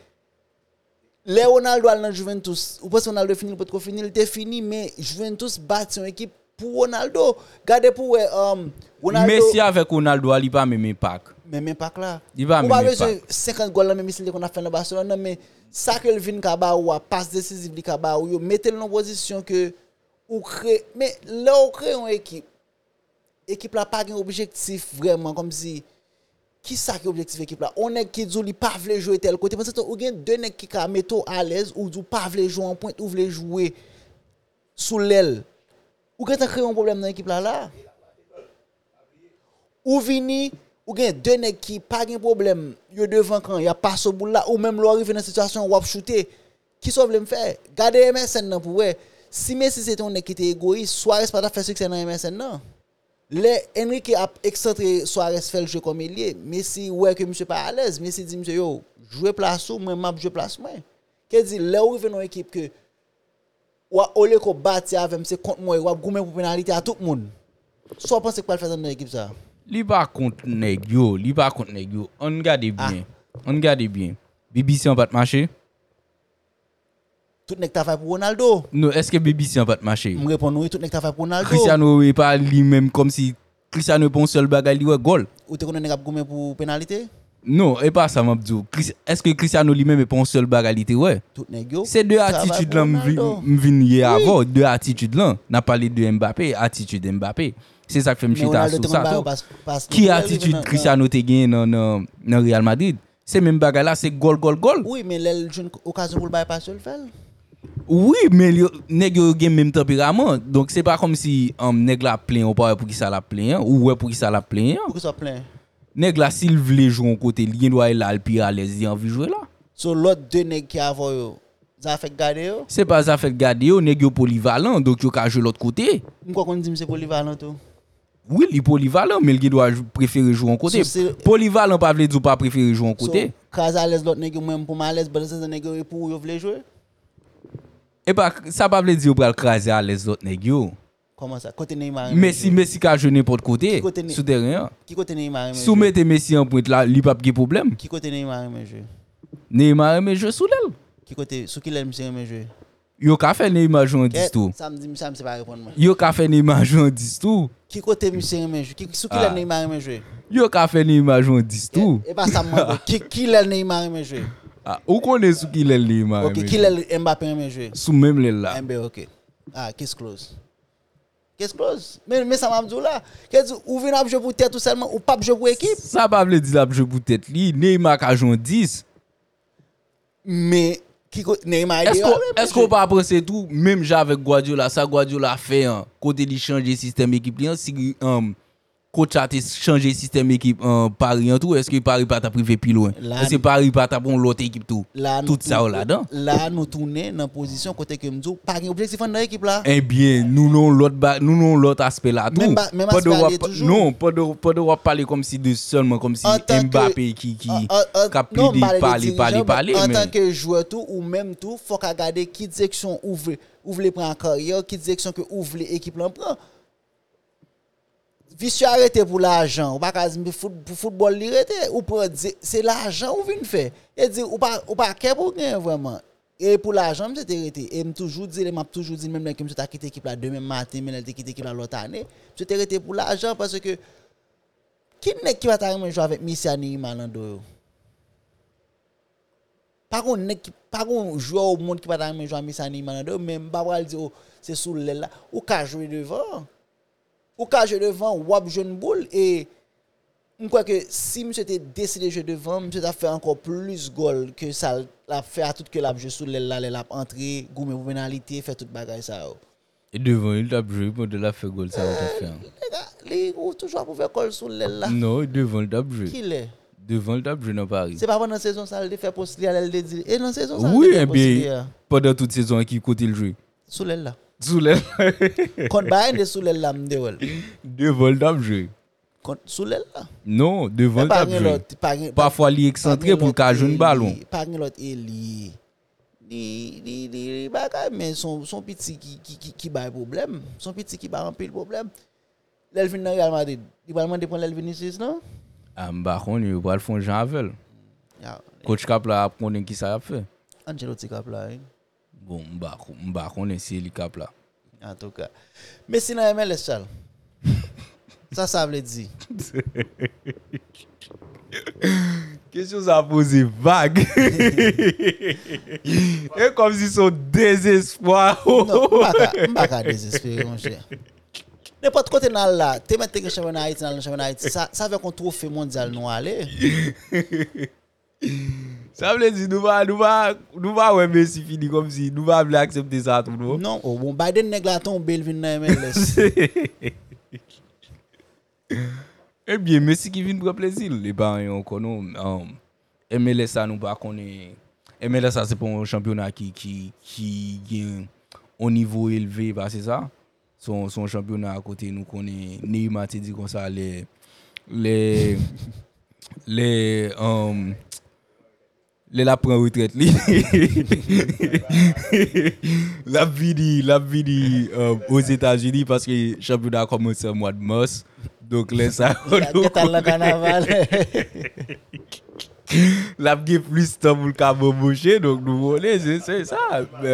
Ronaldo dans Juventus, ou pas Ronaldo fini peut finir, il était fini mais Juventus bâti une équipe pour Ronaldo. Regardez pour Ronaldo. Messi avec Ronaldo, il pas même impact. Même impact là. Il va même impact. 50 goals là même si qu'on a fait dans Barcelone mais ça que vient kaba ou passe décisive li kaba ou mettez en position que ou créer mais là on crée une équipe là pas un objectif vraiment comme si qui ça qui objectif équipe là on est qui dit pas veut jouer tel côté parce que ou gain deux nèg qui ka mettre à l'aise ou du pas veut jouer en pointe ou veut jouer sous l'aile ou gain créer un problème dans équipe là ou vini ou gain deux nèg qui pas un problème yo devant quand y a pas ce bout là ou même lo arrive dans situation ou shooter qui sauve le faire garder MSN nan pour ouais si Messi c'était un nèg qui était égoïste Suarez pas fait succès dans MSN non les Enrique a excentré Suarez fait le jeu comme il est Messi ouais que monsieur pas à l'aise Messi dit monsieur yo jouer place ou moi m'a jouer place moi qui dit là où vient une équipe que ou ole ko bâti avec c'est contre moi ou goumen pour pénalité à tout le monde soit pense pas le faire dans l'équipe ça li pas contre nèg yo on regarde bien BBC on pas marcher tout nèg travail pour Ronaldo non est-ce que BBC on pas marcher me répond oui tout nèg travail pour Ronaldo Cristiano est pas lui même comme si Cristiano bon seul bagay li ouais goal ou te connais nèg goumen pour pénalité Non, et pas ça, m'abdou. Est-ce que Cristiano lui-même est pas un seul bagalité, ouais? Tout nèg yo. C'est deux attitudes là, m'vin avant, deux attitudes là. N'a parlé de Mbappé, attitude Mbappé. C'est ça que fait m'chita sur ça. Qui attitude Cristiano te gagné dans Real Madrid? C'est même bagarre là, c'est goal. Oui, mais l'une occasion pour le bypass le fait. Oui, mais nèg yo gen même tempérament. Donc c'est pas comme si nèg la plein ou pas pour qui ça la plein ou ouais pour qui ça la plein. Pour que ça plein. Nèg la s'il veut jouer côté, il doit aller là le pire à l'aise, il a envie jouer là. So l'autre deux nèg qui avant yo, ça fait garder yo. C'est pas ça fait garder yo, nèg yo polyvalent donc yo ka jouer l'autre côté. Pourquoi qu'on dit c'est polyvalent tout? Oui, il est polyvalent mais il doit préférer jouer en côté. Polyvalent pas veut dire pas préférer jouer en côté. Quand à l'aise l'autre nèg même pour à l'aise, ben c'est nèg pour yo veut jouer. Et pas ça pas veut dire pour craser à l'aise l'autre nèg yo. Comment ça? Côté Neymar. Messi ka jouer n'importe côté. Sous terrain. Qui côté Neymar? Si vous mettez Messi en pointe là, il pas de problème. Qui côté Neymar aime jouer? Neymar aime jouer sous l'aile. Qui côté sous qui l'aime jouer? Yo ka fait Neymar jouer en 10 tours. Ça me dit ça me pas répondre moi. Yo ka fait Neymar jouer en 10 tours. Qui côté monsieur aime jouer? Sous qui l'aime Neymar aime jouer? Yo ka fait Neymar jouer en 10 tours. Et pas ça me qui l'aime Neymar aime jouer? Ah, ou connaît sous qui l'aime Neymar. OK, qui l'aime Mbappé aime jouer? Sous même l'aile là. OK. Ah, case close. Qu'est-ce close? Mais ça m'a dit là, qu'est-ce ou vient à jouer pour tête tout seulement ou pas jouer pour équipe? Ça pas veut dire jouer pour tête li, Neymar ka jouer 10. Mais qui Neymar est-ce qu'on pas penser tout même avec Guardiola, ça Guardiola fait côté de changer système équipe li si coach a changé système équipe Paris en tout, est-ce que Paris pas ta privé plus loin? Est-ce que Paris pas ta bon l'autre équipe tout? Tout ça là-dedans. Là nous tourner dans position côté que me dit pas objectif dans l'équipe là. Eh bien, nous non l'autre aspect là tout. Même aspect non, pas de parler comme si de seulement comme si Mbappé qui parler en tant que joueur tout ou même tout, faut qu'à garder qui direction ouvre les prendre en carrière, qui direction que ouvre l'équipe là prend. Vicieux arrêté pour l'argent, ou pas pour football li arrêté ou pour c'est l'argent ou vinn faire. Et dire ou pas care pour gagner vraiment. Et pour l'argent, m'était arrêté et m'a toujours dit même que m'était ta quitté équipe là demain matin, mais elle quitté équipe là l'autre année. M'était arrêté pour l'argent parce que qui n'est qui va t'arriver jouer avec Messi à Neymar dans dos. Par contre joueur au monde qui va t'arriver jouer avec Messi à Neymar dans dos, même pas va dire c'est sous l'aile là ou ka jouer devant. Ou quand je devant wap jeune boule et je crois que si monsieur était décidé de jouer devant, monsieur a fait encore plus goal que ça l'a fait à tout que l'a joué sous l'aile là, l'a entré, goumé pour pénalité, fait toute bagaille ça. Et devant il t'a joué pour de la faire goal ça va faire. Les gars, toujours pour faire goal sous l'aile là. Non, devant il t'a joué. Qui l'est? Devant il t'a joué dans Paris. C'est pas pendant la saison ça le fait poster elle le dit. Et dans saison ça. Oui, et bien pendant toute saison qui côté il joue. Sous l'aile là. Sous l'aile. Quand Bayern de sous l'aile là m'dewel. Devant le t'a joué. Quand sous l'aile là. Non, devant le t'a joué. Parfois il excentré pour qu'a jouer un ballon. Pas l'autre Eli. Li bagay mais son petit qui bail problème. Son petit qui ba remplir problème. L'Elvin dans Real Madrid. Il va demander pour l'Elvin ici non? Ah m'bakon il va le faire Jean Avel. Coach Cap là connait qui ça a fait. Ancelotti Cap là. Bon, m'bakon c'est li Cap là. En tout cas. Mais sinon MLS Charles. Ça veut dire. Question ça poser vague. Et comme si son désespoir. Non, pas désespérer mon cher. N'importe côté là, tu mets le championnat Haïti dans le championnat Haïti, ça veut qu'on trophée mondial nous aller. Ça veut dire nous va ouais Messi fini comme si nous va accepter ça tout non. Non, bon Biden nèg la tombe Belvin dans MLS. Eh bien Messi qui vient pour plaisir les parents on connaît MLS ça nous pas connaît. MLS ça c'est pour un championnat qui gagne au niveau élevé parce que ça son championnat à côté nous connaît Neymar te dit comme ça les la prend retraite li la vie aux États-Unis parce que championnat commence au mois de mars donc laisse ça le carnaval la vie plus temps pour le caboucher donc nous voler c'est ça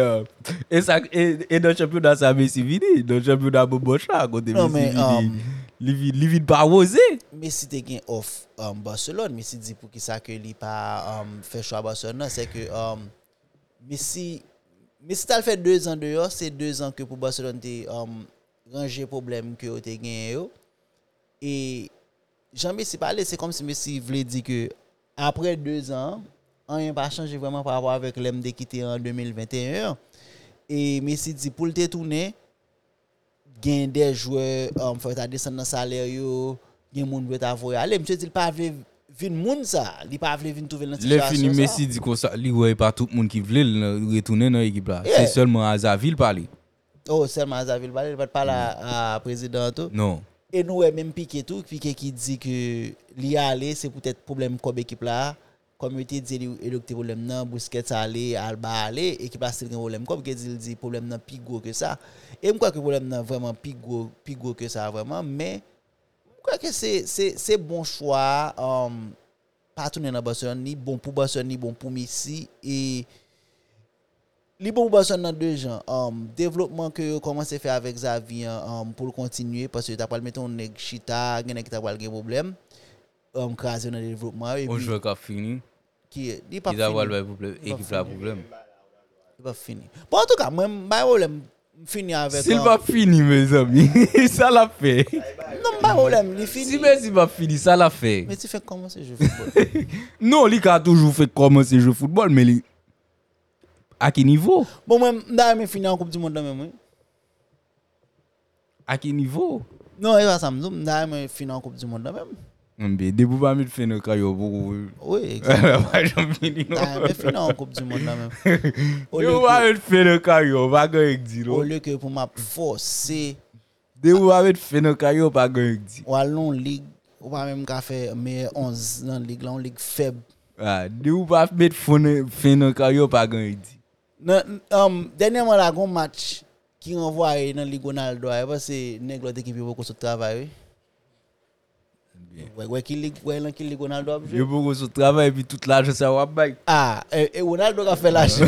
et ça et dans championnat ça Messi vini dans championnat Bobocha à côté non mais Li vide pas osé. Messi te gen off Barcelone, Messi dit pour qui ça que li pas fait choix Barcelone, c'est que Messi t'a fait 2 ans dehors, c'est 2 ans que pour Barcelone te ranger problème que te gagné yo. Et Jean-Messi parler, c'est comme si Messi voulait dire que après 2 ans, rien pas changé vraiment par rapport avec l'MD qui était en 2021. Et Messi dit pour le tourner gain des joueurs faut ta descendre dans salaire yo, gain moun veut t'avoir aller, monsieur dit pas veut vinn moun ça, il pas veut vinn trouver dans situation ça. Le fini Messi dit comme ça, li ouais pas tout le monde qui voulait retourner dans l'équipe là. C'est seulement Azaville parler. Oh, seulement Azaville parler, il va pas à président tout. Non. Et nous même Piqué qui dit que li aller c'est peut-être problème comme équipe là. Comme il dit il a problème nan Busquets aller Alba aller équipe là c'est un problème comme il dit problème nan plus gros que ça et je crois que problème nan vraiment plus gros que ça vraiment mais je crois que c'est bon choix pas tourner dans Barcelone ni bon pour Barcelone ni bon pour Messi et li bon pour Barcelone dans 2 gens développement que commence à faire avec Xavi pour continuer parce que tu as pas mettre on nèg chita gen qui t'a pas de problème craser dans le développement et on joue qu'a fini qui il pas fini. Équipe là problème. Il pas fini. Bon en tout cas moi pas problème fini avec S'il pas fini mes amis, ça l'a fait. non pas problème, il fini. Si Messi pas fini, ça l'a fait. Mais tu fais comment ce jeu football? Non, il a toujours fait commencer jouer football mais à quel niveau? Bon moi m'da fini en Coupe du monde même oui. À quel niveau? Non, il va ça m'da fini en Coupe du monde même. Mais debout pas mettre fin de caillou beaucoup. Oui, exactement. Mais fini en Coupe du monde même. Yo va mettre fin de caillou pas gagner dit. Au lieu que pour m'a forcer debout pas mettre fin de caillou pas gagner dit. Ou allons ligue ou pas même qu'a fait meilleur 11 dans ligue là, on ligue faible. Ah, debout pas mettre fin de caillou pas gagner dit. Dernièrement là gon match qui envoie dans ligue Ronaldo parce que nèg l'autre équipe beaucoup de travail. Ouais qui ligue Ronaldo a joué. Yo beaucoup sur travail puis toute l'argent ça va bailler. Ah, et Ronaldo a fait l'argent.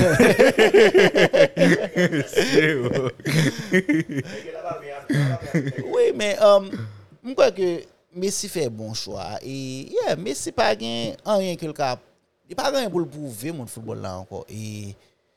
Oui, mais je crois que Messi fait bon choix et Messi pas gain rien que le cap. Il pas gain pour le prouver mon football là encore et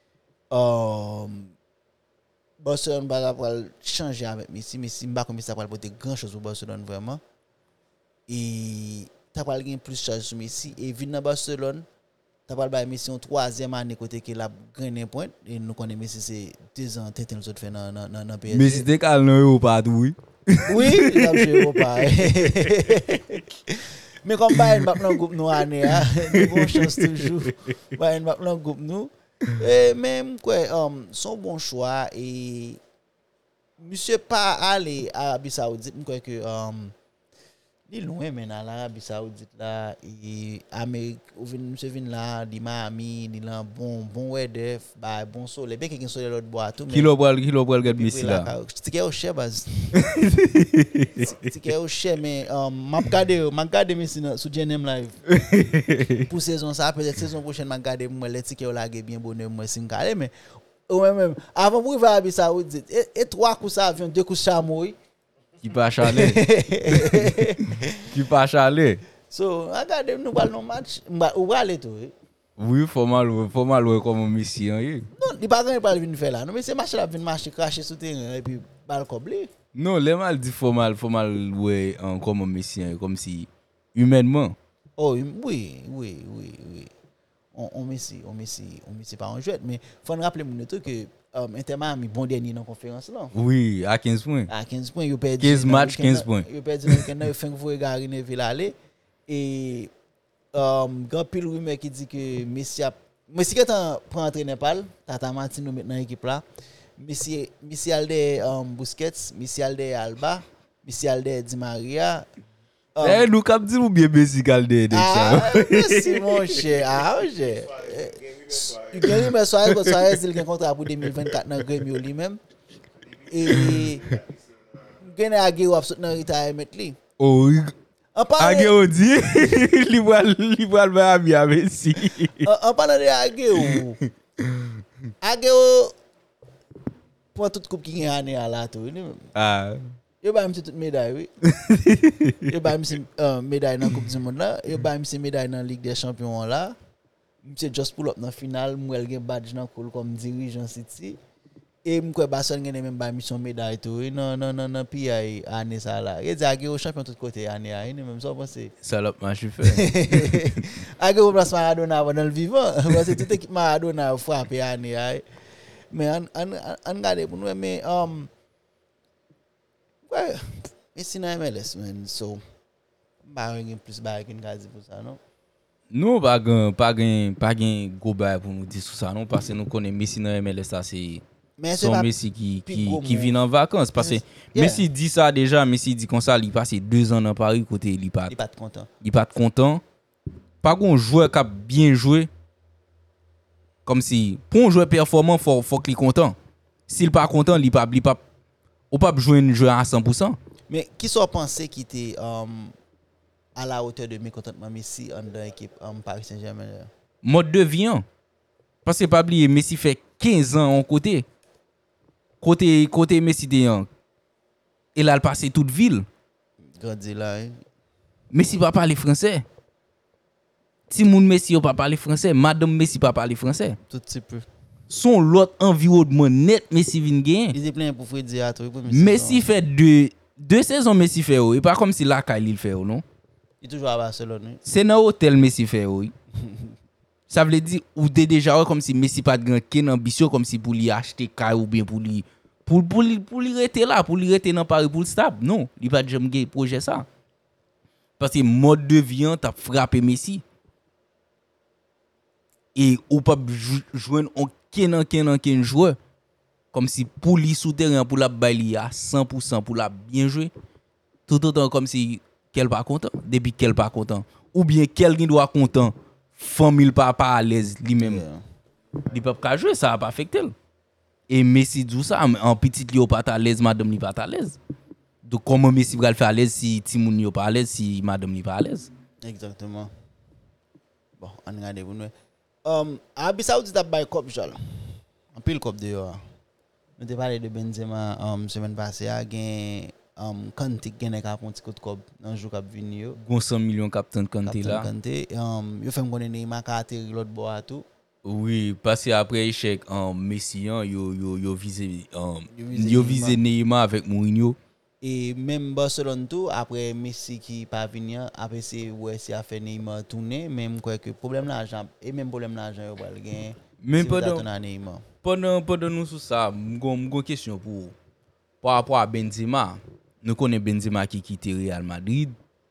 Barcelone va changer avec Messi pas comme ça va porter grand chose au Barcelone vraiment. Et t'as pas gagné plus charge sur Messi et vinn dans Barcelone t'as pas ba Messi en 3e année côté qu'il a gagné point et nous connaît Messi c'est 2 ans tête nous autres fait dans PSG. Messi t'es calme dans Europa oui. Oui, il a joué Europa. Mais comme Bayern va dans groupe nous année bonne chance toujours. Bayern va dans groupe nous et même quoi son bon choix et monsieur pas aller à Arabie Saoudite je crois que il est loin maintenant l'Arabie Saoudite là et Amérique monsieur vient là di Miami il a bon weather ba bon soleil bien qu'il soleil l'autre bois tout kilo bral gade Messi là ticket au cher base ticket au cher mais m'a regarder Messi sur GNM live pour saison ça peut-être saison prochaine m'a regarder moi les tickets là bien bonheur moi si m'calé mais même avant pour arriver à Arabie Saoudite et 3 coups avion 2 coups chameau qui pas chaler. So, regardez nous parlons match, ou aller tout. Oui, faut mal comme Messi hein. Non, il pas pas venir faire là. Non mais c'est match là venir marcher cracher sur terrain et puis balle coblé. Non, les mal dit faut mal ouais comme Messi comme si humainement. Oh oui. On Messi pas un joueur mais faut rappeler mon truc que Inter Miami bon dernier dans conférence là. Oui, à 15 points. À 15 points, il perdu 15 matchs, 15 points. Il perdu le week-end, il fait que vous regardez Neville aller et grand pile rumeur qui dit que Messi qui prend entraîner Nepal, Tata Martino maintenant équipe là. Messi alde Busquets, Messi alde Alba, Messi alde Di Maria. Nous cap dit ou bien Messi calde ça. Merci mon cher. Ah, j'ai. Il gagne mais Suarez il a un contrat pour 2024 dans Grêmio lui-même. Et gagne Agüero absolument retirement li. Oh. Agüero dit il va le à Messi. En parlant de Agüero prend toute coupe qui gagne année là tout. Ah. Yo ba même toute médaille oui. Yo ba même médaille dans Coupe du monde là, yo ba même médaille dans Ligue des Champions là. Monsieur just pull up dans finale, moi el gen badge dans col comme dirigeant City. Et m'kwe Barcelone gen même ba mission médaille tout. Non puis année ça là. Il dit que au champion tout côté année a, même ça penser. Ça l'a marché fait. Age au place Maradona dans le vivant, parce que toute équipe Maradona frappé année a. Mais on regarde pour nous mais ouais, Messi dans MLS man. So ba gen plus ba gen gazi pour ça non. Nous pas gain gros bail pour nous dire sur ça non parce que nous connaissons Messi dans MLS ça c'est son Messi qui vient en vacances parce que Messi dit ça déjà, Messi dit comme ça il passe 2 ans dans Paris côté il pas content. Il pas content. Pas un joueur qui a bien joué comme si pour un joueur performant faut qu'il est content. S'il pas content, il pas ou pas jouer un joueur à 100%. Mais qui soit pensé qui était à la hauteur de mécontentement Messi dans l'équipe Paris Saint-Germain. Mode de vie. Parce que pas oublier Messi fait 15 ans en côté Messi déant. Il a passé toute ville. Grandi là. Messi pas parler français. Si moun Messi pas parler français, madame Messi pas parler français. Tout petit peu. Son l'autre environnement net Messi vinn gagner. Il est plein pour Freddy à toi. Messi fait deux saisons Messi fait et pas comme si la Kyle il fait non. Il toujours à Barcelone. Oui. C'est dans hôtel Messi fait oui. Ça veut dire ou déjà comme si Messi pas de grande ambition comme si pour lui acheter car ou bien pour lui rester là, pour lui rester dans Paris pour le stable. Non, il pas jamais gagner projet ça. Parce que mode de vie t'a frappé Messi. Et ou pas joindre aucun joueur comme si pour lui souterrain pour la bailler à 100% pour la bien jouer tout autant comme si qu'elle pas content depuis qu'elle pas content ou bien quelqu'un doit content famille pas à l'aise lui-même il peut pas jouer ça va pas affecter et Messi dit ça en petit li pas à l'aise madame li pas à l'aise donc comment Messi va le faire à l'aise si Timoun yo pas à l'aise si madame li pas à l'aise exactement bon on regarde vous nous Arabie Saoudite a bail cop jol en pile cop dehors nous te parlé de Benzema semaine passée a gain Kanté gagne ka pon petit coup de cop dans jour cap vini yo 100 millions captain Kanté là Kanté yo fait connait Neymar ka atterri l'autre bord tout oui parce que après échec Messi yo visé Neymar avec Mourinho et même Barcelone tout après Messi qui pas venir après c'est ouais c'est a fait Neymar tourner même quoi que problème l'argent et même problème l'argent yo va gagner même pendant nous sur ça m'gon question pour par rapport à Benzema nous connaissons Benzema qui quitte Real Madrid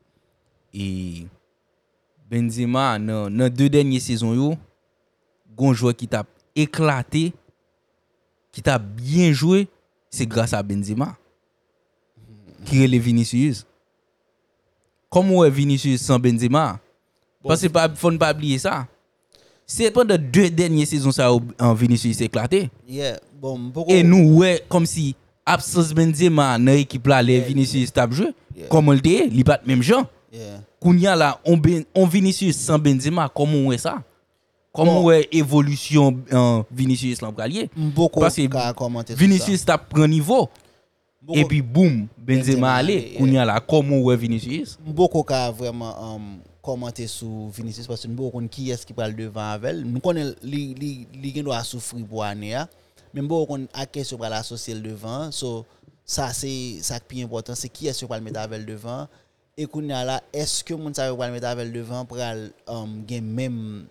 et Benzema dans 2 dernières saisons yo gon joueur qui t'a éclaté qui t'a bien joué c'est grâce à Benzema qui est Vinicius. Comment est Vinicius sans Benzema? Parce que faut pas oublier ça. C'est pendant 2 dernières saisons ça en Vinicius éclaté. Yeah, bon et nous ouais comme si absence Benzema dans l'équipe là les Vinicius t'a joué comme on le dit, il pas même gens. Kounya là on Vinicius sans Benzema comment ouais ça? Comment ouais évolution Vinicius l'embralier? Parce que Vinicius t'a prend niveau. Et puis boum Benzema allé kounya là comment ouais Vinicius beaucoup ka vraiment commenter sur Vinicius parce que nous connait qui est-ce qui parle devant avec nous connait li doit souffrir pour année mais beaucoup connait à question pour l'associer devant so ça c'est ça qui est important c'est qui est-ce qui va le mettre avec devant et kounya là est-ce que moun ça va le mettre avec devant pour gain même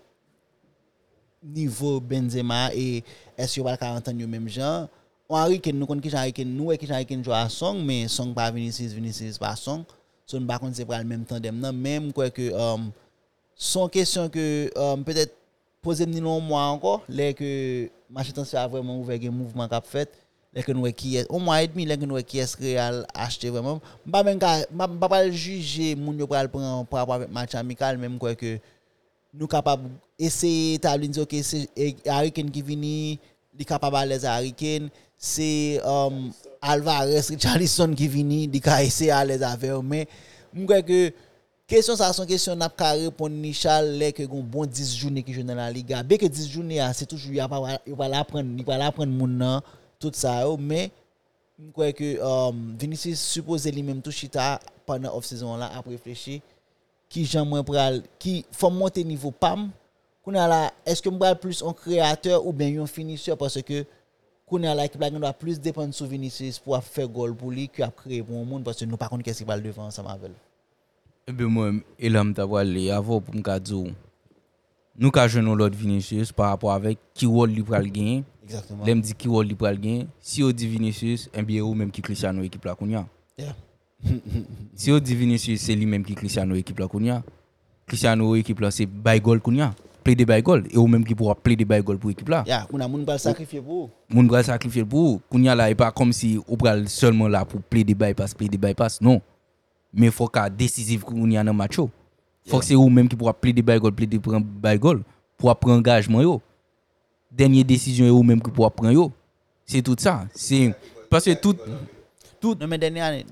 niveau Benzema et est-ce que va le entendre même gens Harry Kane nous connait qui Harry Kane nous et qui Harry Kane joue à Song mais Song pas Vinicius pas Song so nous pas connait c'est pas le même tandem non même quoi que son question que peut-être poser nous mois encore les que marché transfert a vraiment ouvert un mouvement qu'a fait les que nous qui est au mois et demi les que nous qui est Real acheter vraiment pas même pas juger moun yo pral prendre par rapport avec match amical même quoi que nous capable essayer établir dire que c'est Harry Kane qui vini li capable à l'aise Harry Kane c'est Alvarez Richarlison qui vini di ka essayer à l'aise avec mais m'crois que question ça son question n'a pas répondre Nichal les que gon bon 10 journées qui joue dans la Liga bien que 10 journées c'est toujours il va l'apprendre moun nan tout ça mais je crois que Vinicius supposé lui-même tout chita pendant off-saison là après réfléchir qui j'aime moins pral qui faut monter niveau pam qu'on a là est-ce que moi plus un créateur ou bien un finisseur parce que qu'on a là qui doit plus dépendre sur Vinicius pour faire goal pour lui qui a créé pour le monde parce que nous par contre qu'est-ce qui va le devant ensemble avec. Et bien moi et là m'ta aller avant pour me dire nous ka jouer l'autre Vinicius par rapport avec qui rôle lui pral gagner. Exactement. L'aime dit qui rôle lui pral gagner. Si on dit Vinicius, un bien ou même qui Cristiano équipe là kounya. Yeah. Si on dit Vinicius c'est lui même qui Cristiano équipe là kounya. Cristiano équipe là c'est by goal kounya. Play de by goal et ou même qui pourra play de by goal pour équipe là. Yeah, on a moun pral sacrifier pour. Moun pral sacrifier pour kounya là et pas comme si ou pral seulement là pour play de bypass non. Mais faut qu'à décisif kounya dans match. Faut que c'est ou même qui pourra play de by goal pour prendre engagement yo. Dernière décision ou même qui pourra prendre yo. C'est tout ça. C'est parce que tout Non mais dernière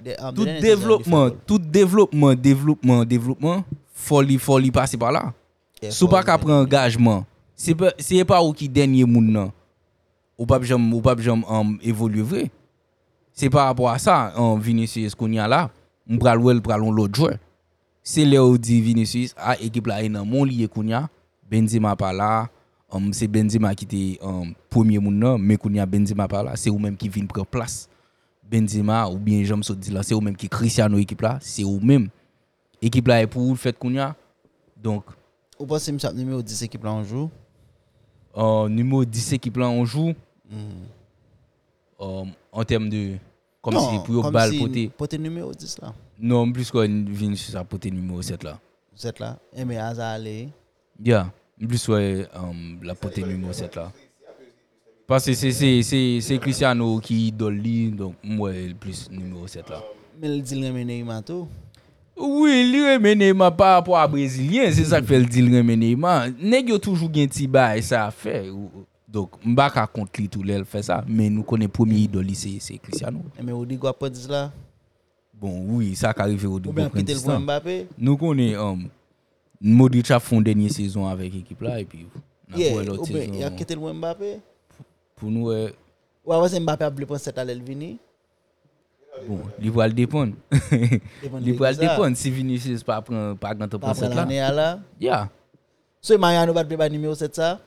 développement faut passer par là. Si pas qu'à prendre engagement, c'est pas ou qui dernier moun nan. Ou pas jamais évoluer vrai. C'est par rapport à ça Vinicius qu'on y a là, on pral l'autre joueur. C'est là où dit Vinicius à équipe là dans mon lié qu'on y a, Benzema pas là. C'est Benzema qui était premier moun nan, mais qu'on y a Benzema pas là, c'est ou même qui vient prendre place. Benzema ou bien j'aime so dire là, c'est ou même qui Cristiano équipe là, c'est ou même équipe là est pour fait qu'on y a. Donc ou pas c'est numéro 10 équipe là on joue. Numéro 10 équipe là on joue. En termes de comme non, si pour balle poté numéro 10 là. Non, plus quoi Vinicius a poté numéro 7 là. 7 là. Et mais Hazard aller. Yeah. Plus ouais la poté numéro 7 là. Parce que c'est Cristiano qui idole lui donc moi plus numéro 7 là. Mais il dit le Neymar tout. Oui, il remet Neymar par rapport à brésilien, c'est ça que fait le deal remet Neymar. Nèg yo toujours gen ti bail ça a fait. Donc m'pa ka contre lui tout l'aile fait ça, mais nous connaît premier idole c'est Cristiano. Mais Rodrigo a pas dit là. Bon oui, ça qui arrive Rodrigo. Ou bien quitter le Mbappé. Nous connaît Modric a fond dernière saison avec l'équipe là et puis il a quitté le Mbappé. Pour nous ouais c'est Mbappé a prendre 7 à l'Elvini. Bon, il va le dépendre. Il va le dépendre si Vinicius pas prend pas grand temps pour cette là. Yeah. So Mariano va prendre numéro 7 ça.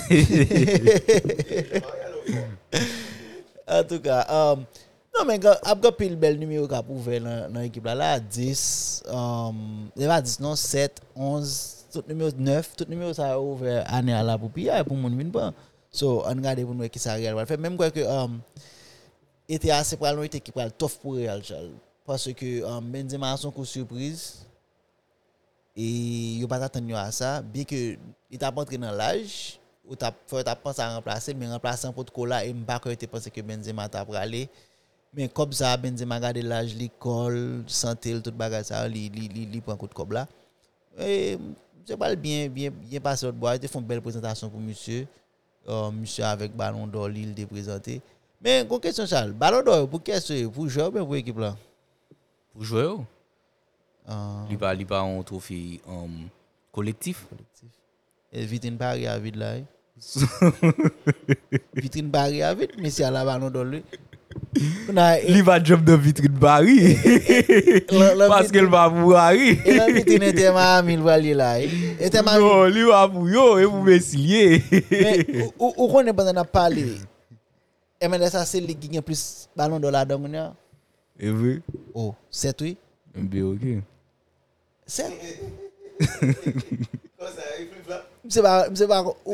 En tout cas, non mais après pile bel numéro qu'a prouvé dans l'équipe là 10 il va 10 non 7 11 tout numéro 9 tout numéro ça ouvert année là pour piller pour mon vinn pas. So on regarde pour nous qui ça Real va faire même quoi que était assez probablement était qui pral tough pour Real parce que Benzema a son coup surprise et il pas attendu à ça bien que il t'a pas entré dans l'âge ou t'a pensé à remplacer mais remplaçant pour Cola et m'pas que était pensé que Benzema t'a aller mais comme ça Benzema garder l'âge l'école santé tout bagage ça li prend coup de cob là et c'est pas bien passé l'autre bois ils font une belle présentation pour monsieur avec ballon d'or il te présenté. Mais une question Charles, ballon d'or pour qu'est-ce pour jouer ou bien pour équipe là? Pour jouer. Il pas un trophée collectif. Et vitrine Paris à vide là. Vitrine Paris à vide mais c'est à la ballon d'or lui. Il va job de vitrine Paris. Parce qu'il va pour Paris. Et la vitrine était Miami il va aller là. Était Miami. Non, il va pour yo et pour Messilier. Mais où on est pas dans parler. Et maintenant ça c'est ligue qui a plus ballon d'or là dedans. Et oui. Oh, 7 oui. Bien OK. 7. Comme ça, il flip-flop. C'est pas 2 jours à l'autre.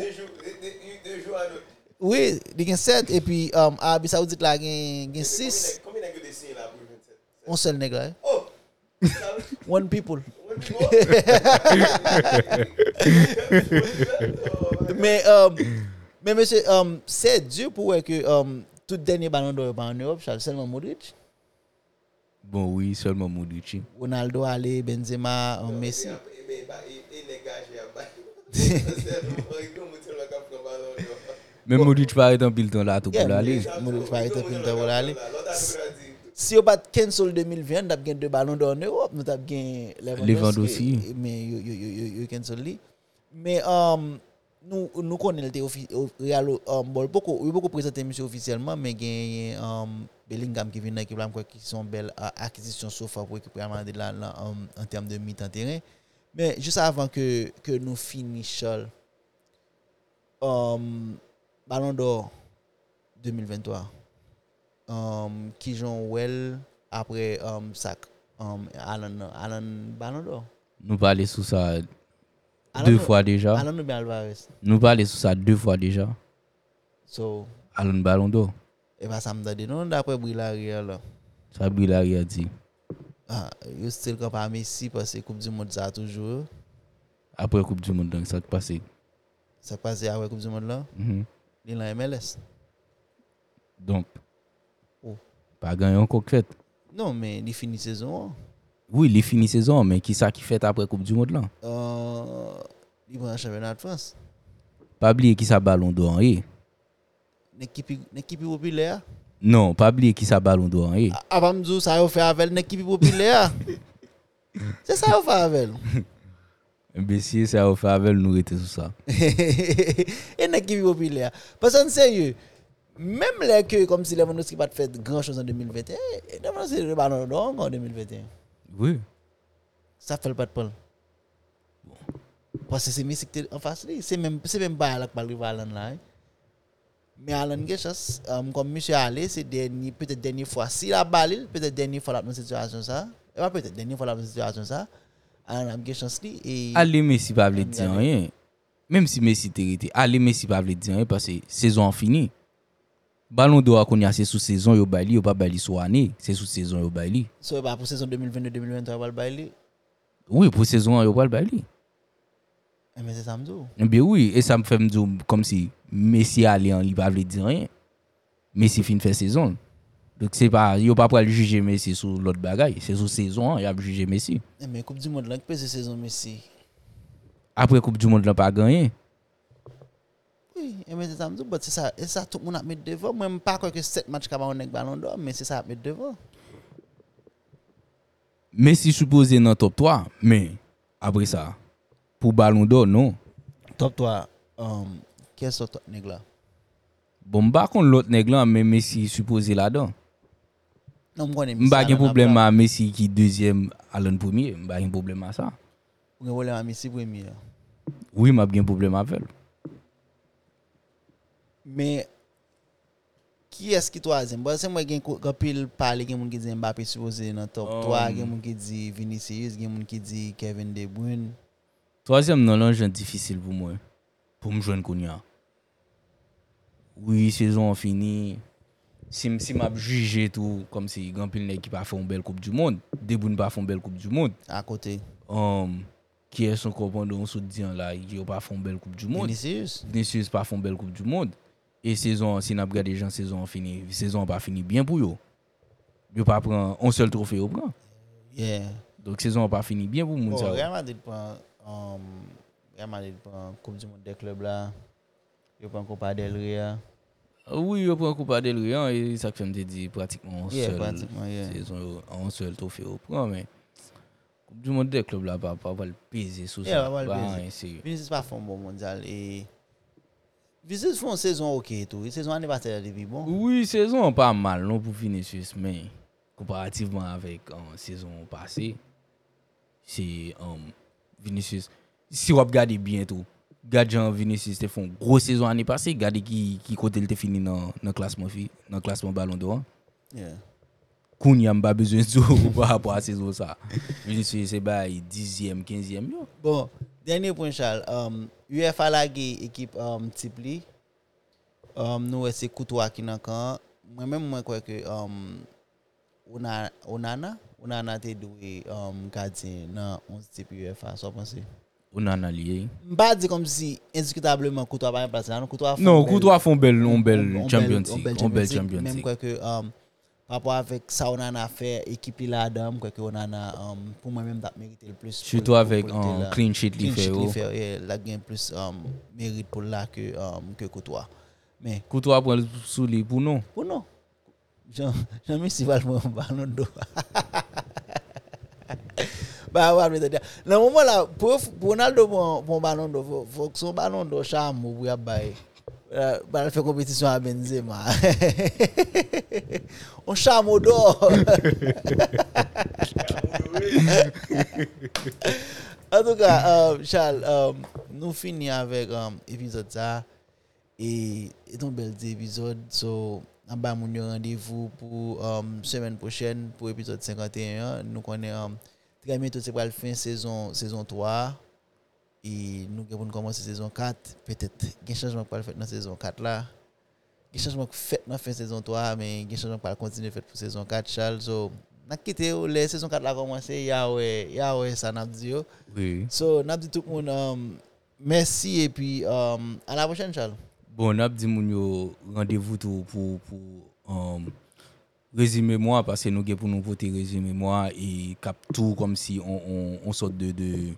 oui, il y a 7 et puis Arabie Saoudite là il y a 6. Combien de nègres dessinent là pour 27? Un seul nègre. Oh. One people. Mais monsieur c'est dur pour que tout dernier ballon d'or en Europe seulement Modric. Bon oui, seulement Modric. Ronaldo allé Benzema Messi. Même Modric pas être en pile temps là tout pour aller. Modric pas être en pile temps pour aller. Si on bat cancel 2020, on a gagné 2 ballons d'or en Europe, nous avons gagné Lewandowski. Mais you cancel lui. Mais nous connaissons le Real beaucoup présenté monsieur officiellement mais gagne Bellingham qui vient dans l'équipe là qui sont belles acquisitions sauf pour l'équipe Real Madrid là en termes de mi-temps terrain mais juste avant que nous finissions Ballon d'Or 2023 qui joue well après sac Alan Ballon d'Or nous parler sur ça deux fois déjà. Alan ou bien Alvarez? Nous parler sur ça 2 fois déjà. So, Alan Ballon d'Or. Et pas ça me donne non d'après Brillaria là. Ça Brillaria dit. Ah, you still compare Messi parce que Coupe du Monde ça toujours. Après Coupe du Monde donc ça passé. Ça passé après Coupe du Monde là. Il en MLS. Donc oh. Pas gagné encore fait. Non mais il finit saison. Oui, il finit saison mais qui ça qui fait après Coupe du Monde là? Il va en championnat de France. Pas oublier qui ça Ballon d'Or hein. L'équipe populaire. Non, pas oublier qui ça Ballon d'Or hein. Avant me dire ça a fait avec l'équipe populaire. C'est ça a fait avec. Imbécile, ça a fait avec nous était sur ça. Et l'équipe populaire. Parce que sérieux, même les que comme si Lewandowski pas fait grand chose en 2021, Lewandowski le Ballon d'Or en 2021. Oui. Ça fait le pas de Paul. Parce que c'est Messi qui en face c'est même pas là que parle Alan là. Mais Alan Gechas comme monsieur allé c'est peut-être dernière fois si la balle peut-être dernière fois dans cette situation ça. Et pas peut-être dernière fois dans cette situation ça. Alan Gechas et allez Messi pas veut dire rien. Même si Messi t'érité, allez Messi pas veut dire rien parce que saison finie. Ballon d'Or qu'on y a c'est sous saison yo baili, yo pas baili sous année, c'est sous saison yo baili. So bah pour saison 2022-2023 va le baili. Oui, pour saison yo pas le baili. Mais c'est ça me dit. Bien oui, et ça me fait me dire comme si Messi allait en il pas veut dire rien. Messi fin fait saison. Donc c'est pas yo pas pour le juger Messi sur l'autre bagaille, c'est sous saison il a juger Messi. Mais Coupe du Monde là que c'est saison Messi. Après Coupe du Monde là pas gagné. Oui, mais c'est ça me dit, c'est ça tout le monde a mis devant. Moi même pas que 7 matchs capable avec Ballon d'Or, mais c'est ça à mettre devant. Messi supposé dans top 3, mais après ça pour Ballon d'Or non. Top 3 quel sont top nèg là? Bon pas contre l'autre nèg là mais Messi supposé là-dedans. Non, moi connais M'pa gen problème à Messi qui deuxième Alan premier, m'pa gen problème à ça. Ou gen problème à Messi premier. Oui, m'a gen problème avec. Mais qui est-ce qui troisième? Bon, c'est moi gen pile parler gen moun qui dit Mbappé supposé dans top 3, gen moun qui dit Vinicius, gen moun qui dit Kevin De Bruyne. Troisième non là, c'est difficile pour moi. Pour me joindre Kounia. Oui, saison finie. Si m'a jugé tout comme si grand pile nèg qui pas fait une belle coupe du monde, De Bruyne pas fait une belle coupe du monde. À côté. Qui est son commandant on se dit là, il pas fait une belle coupe du monde. Vinicius pas fait une belle coupe du monde. Et saison si n'a regardé gens saison finie, saison pas fini bien pour yo. Yo pas prend un seul trophée au prend. Yeah. Donc saison pas fini bien pour moun ça. Real Madrid prend coupe du monde des clubs là. Yo prend Copa del Rey. Oui, yo prend Copa del Rey et ça fait me dire pratiquement pratiquement saison un seul trophée au prend mais coupe du monde des clubs là pas le peser sur ça. Vinicius pas font bon mondial et Vinicius font saison OK tout, saison anniversaire depuis bon. Oui, saison pas mal non pour Vinicius mais comparativement avec saison passée c'est Vinicius si on regarde bien tout Gadjan Vinicius te font grosse saison année passée, regardez qui côté il te fini dans classement Ballon d'Or. Yeah. Kounia pas besoin de par rapport à saison ça. Vinicius c'est ba 10e, 15e yo. Bon, dernier point Charles, UEFA la équipe type li nous c'est Courtois qui nan kan. Moi même moi crois que Onana te doué gardien dans 11 type UEFA, ça penser. Onana lié. M'pas dire comme si indiscutablement Courtois pas place là, Courtois font belle Champions League. Même quoi que par rapport avec ça Onana fait équipe là dedans quoi que Onana pour moi même d'a mérité le plus. Surtout avec clean sheet li fait. La gain plus mérite pour là que Courtois. Mais Courtois prend sous lui pour non. Pour non. Jean-Messi va le Ballon d'Or. Bah ouais, mais dans le moment là pour Ronaldo pour ballon d'or, faut que son ballon d'or charme pour y bailler. Bah faire compétition à Benzema. On charme d'or. En tout cas, Charles, nous finissons avec l'épisode ça et un bel épisode. So, on va vous rendez-vous pour semaine prochaine pour l'épisode 51. Nous connaissons très bientôt c'est pour la fin saison 3 et nous allons commencer saison 4. Peut-être un changement pour le faire dans saison 4 là. Un changement fait dans fin saison 3 mais un changement pour continuer faire pour saison 4 Charles. So, n'a quitté les saison 4 là commencé ya ouais ça n'a dit. Oui. So, n'a dit tout le monde merci et puis à la prochaine Charles. Bon, n'a dit moun yo rendez-vous tout pour résumer moi parce que nous pour nous voter résumer moi et cap tout comme si on sorte de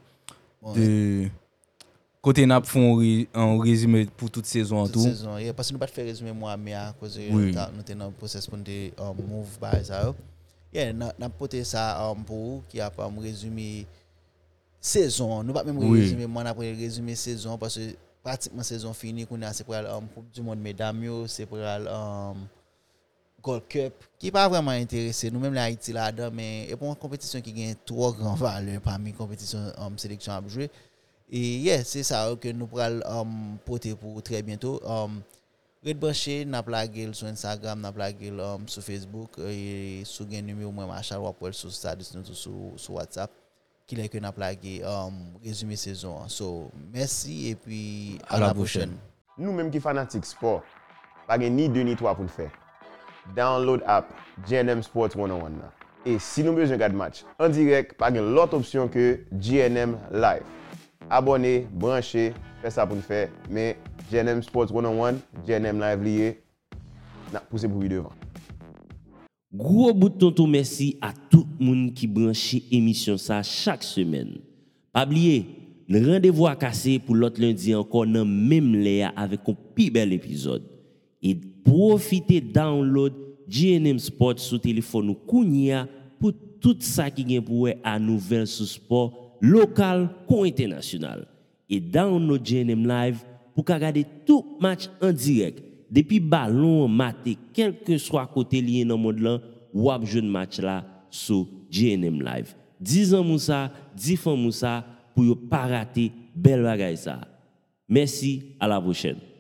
côté n'a font un résumé pour toute saison en tout. Saison, yeah, parce que nous pas faire résumé moi mais à cause nous sommes dans process pour move by ça. Yeah, n'a porté ça pour qui a pas résumé saison, nous pas même résumé moi n'a résumé saison parce que pratiquement saison finie qu'on a c'est pour Coupe du monde mesdames yo, c'est pour Gold Cup qui pas vraiment intéressé nous même la Haïti là-dedans mais et pour une compétition qui gagne trop grand valeur parmi compétition sélection à jouer et yeah c'est ça que nous pourrons porter pour très bientôt Red Branché n'a plagué sur Instagram n'a plagué sur Facebook et sur gain numéro moi Marshall Wapwell sur status sur WhatsApp qui est que n'a plagué résumé saison so merci et puis à la prochaine. Nous même qui fanatiques sport pas ni 2 ni 3 pour le faire. Download app GNM Sports 101 là. Et si nous besoin de match en direct, pas l'autre option que GNM Live. Abonnez, branchez, faites ça pour nous faire. Mais GNM Sports 101, GNM Live lié, n'a poussé pour lui devant. Gros bouton tout merci à tout le monde qui branche émission ça chaque semaine. Pas oublier, le rendez-vous à casser pour l'autre lundi encore dans même léa avec un plus bel épisode. Et profitez download GNM Sport sur téléphone ou kounia pour tout ça qui gagne pour à nouvelle sur sport local ou international. Et download GNM Live pour regarder tout match en direct. Depuis ballon maté quel que soit côté lié dans monde là, ou ap jeune match là sur GNM Live. 10 ans Moussa, 10 fois Moussa pour pas rater belle bagaille ça. Merci, à la prochaine.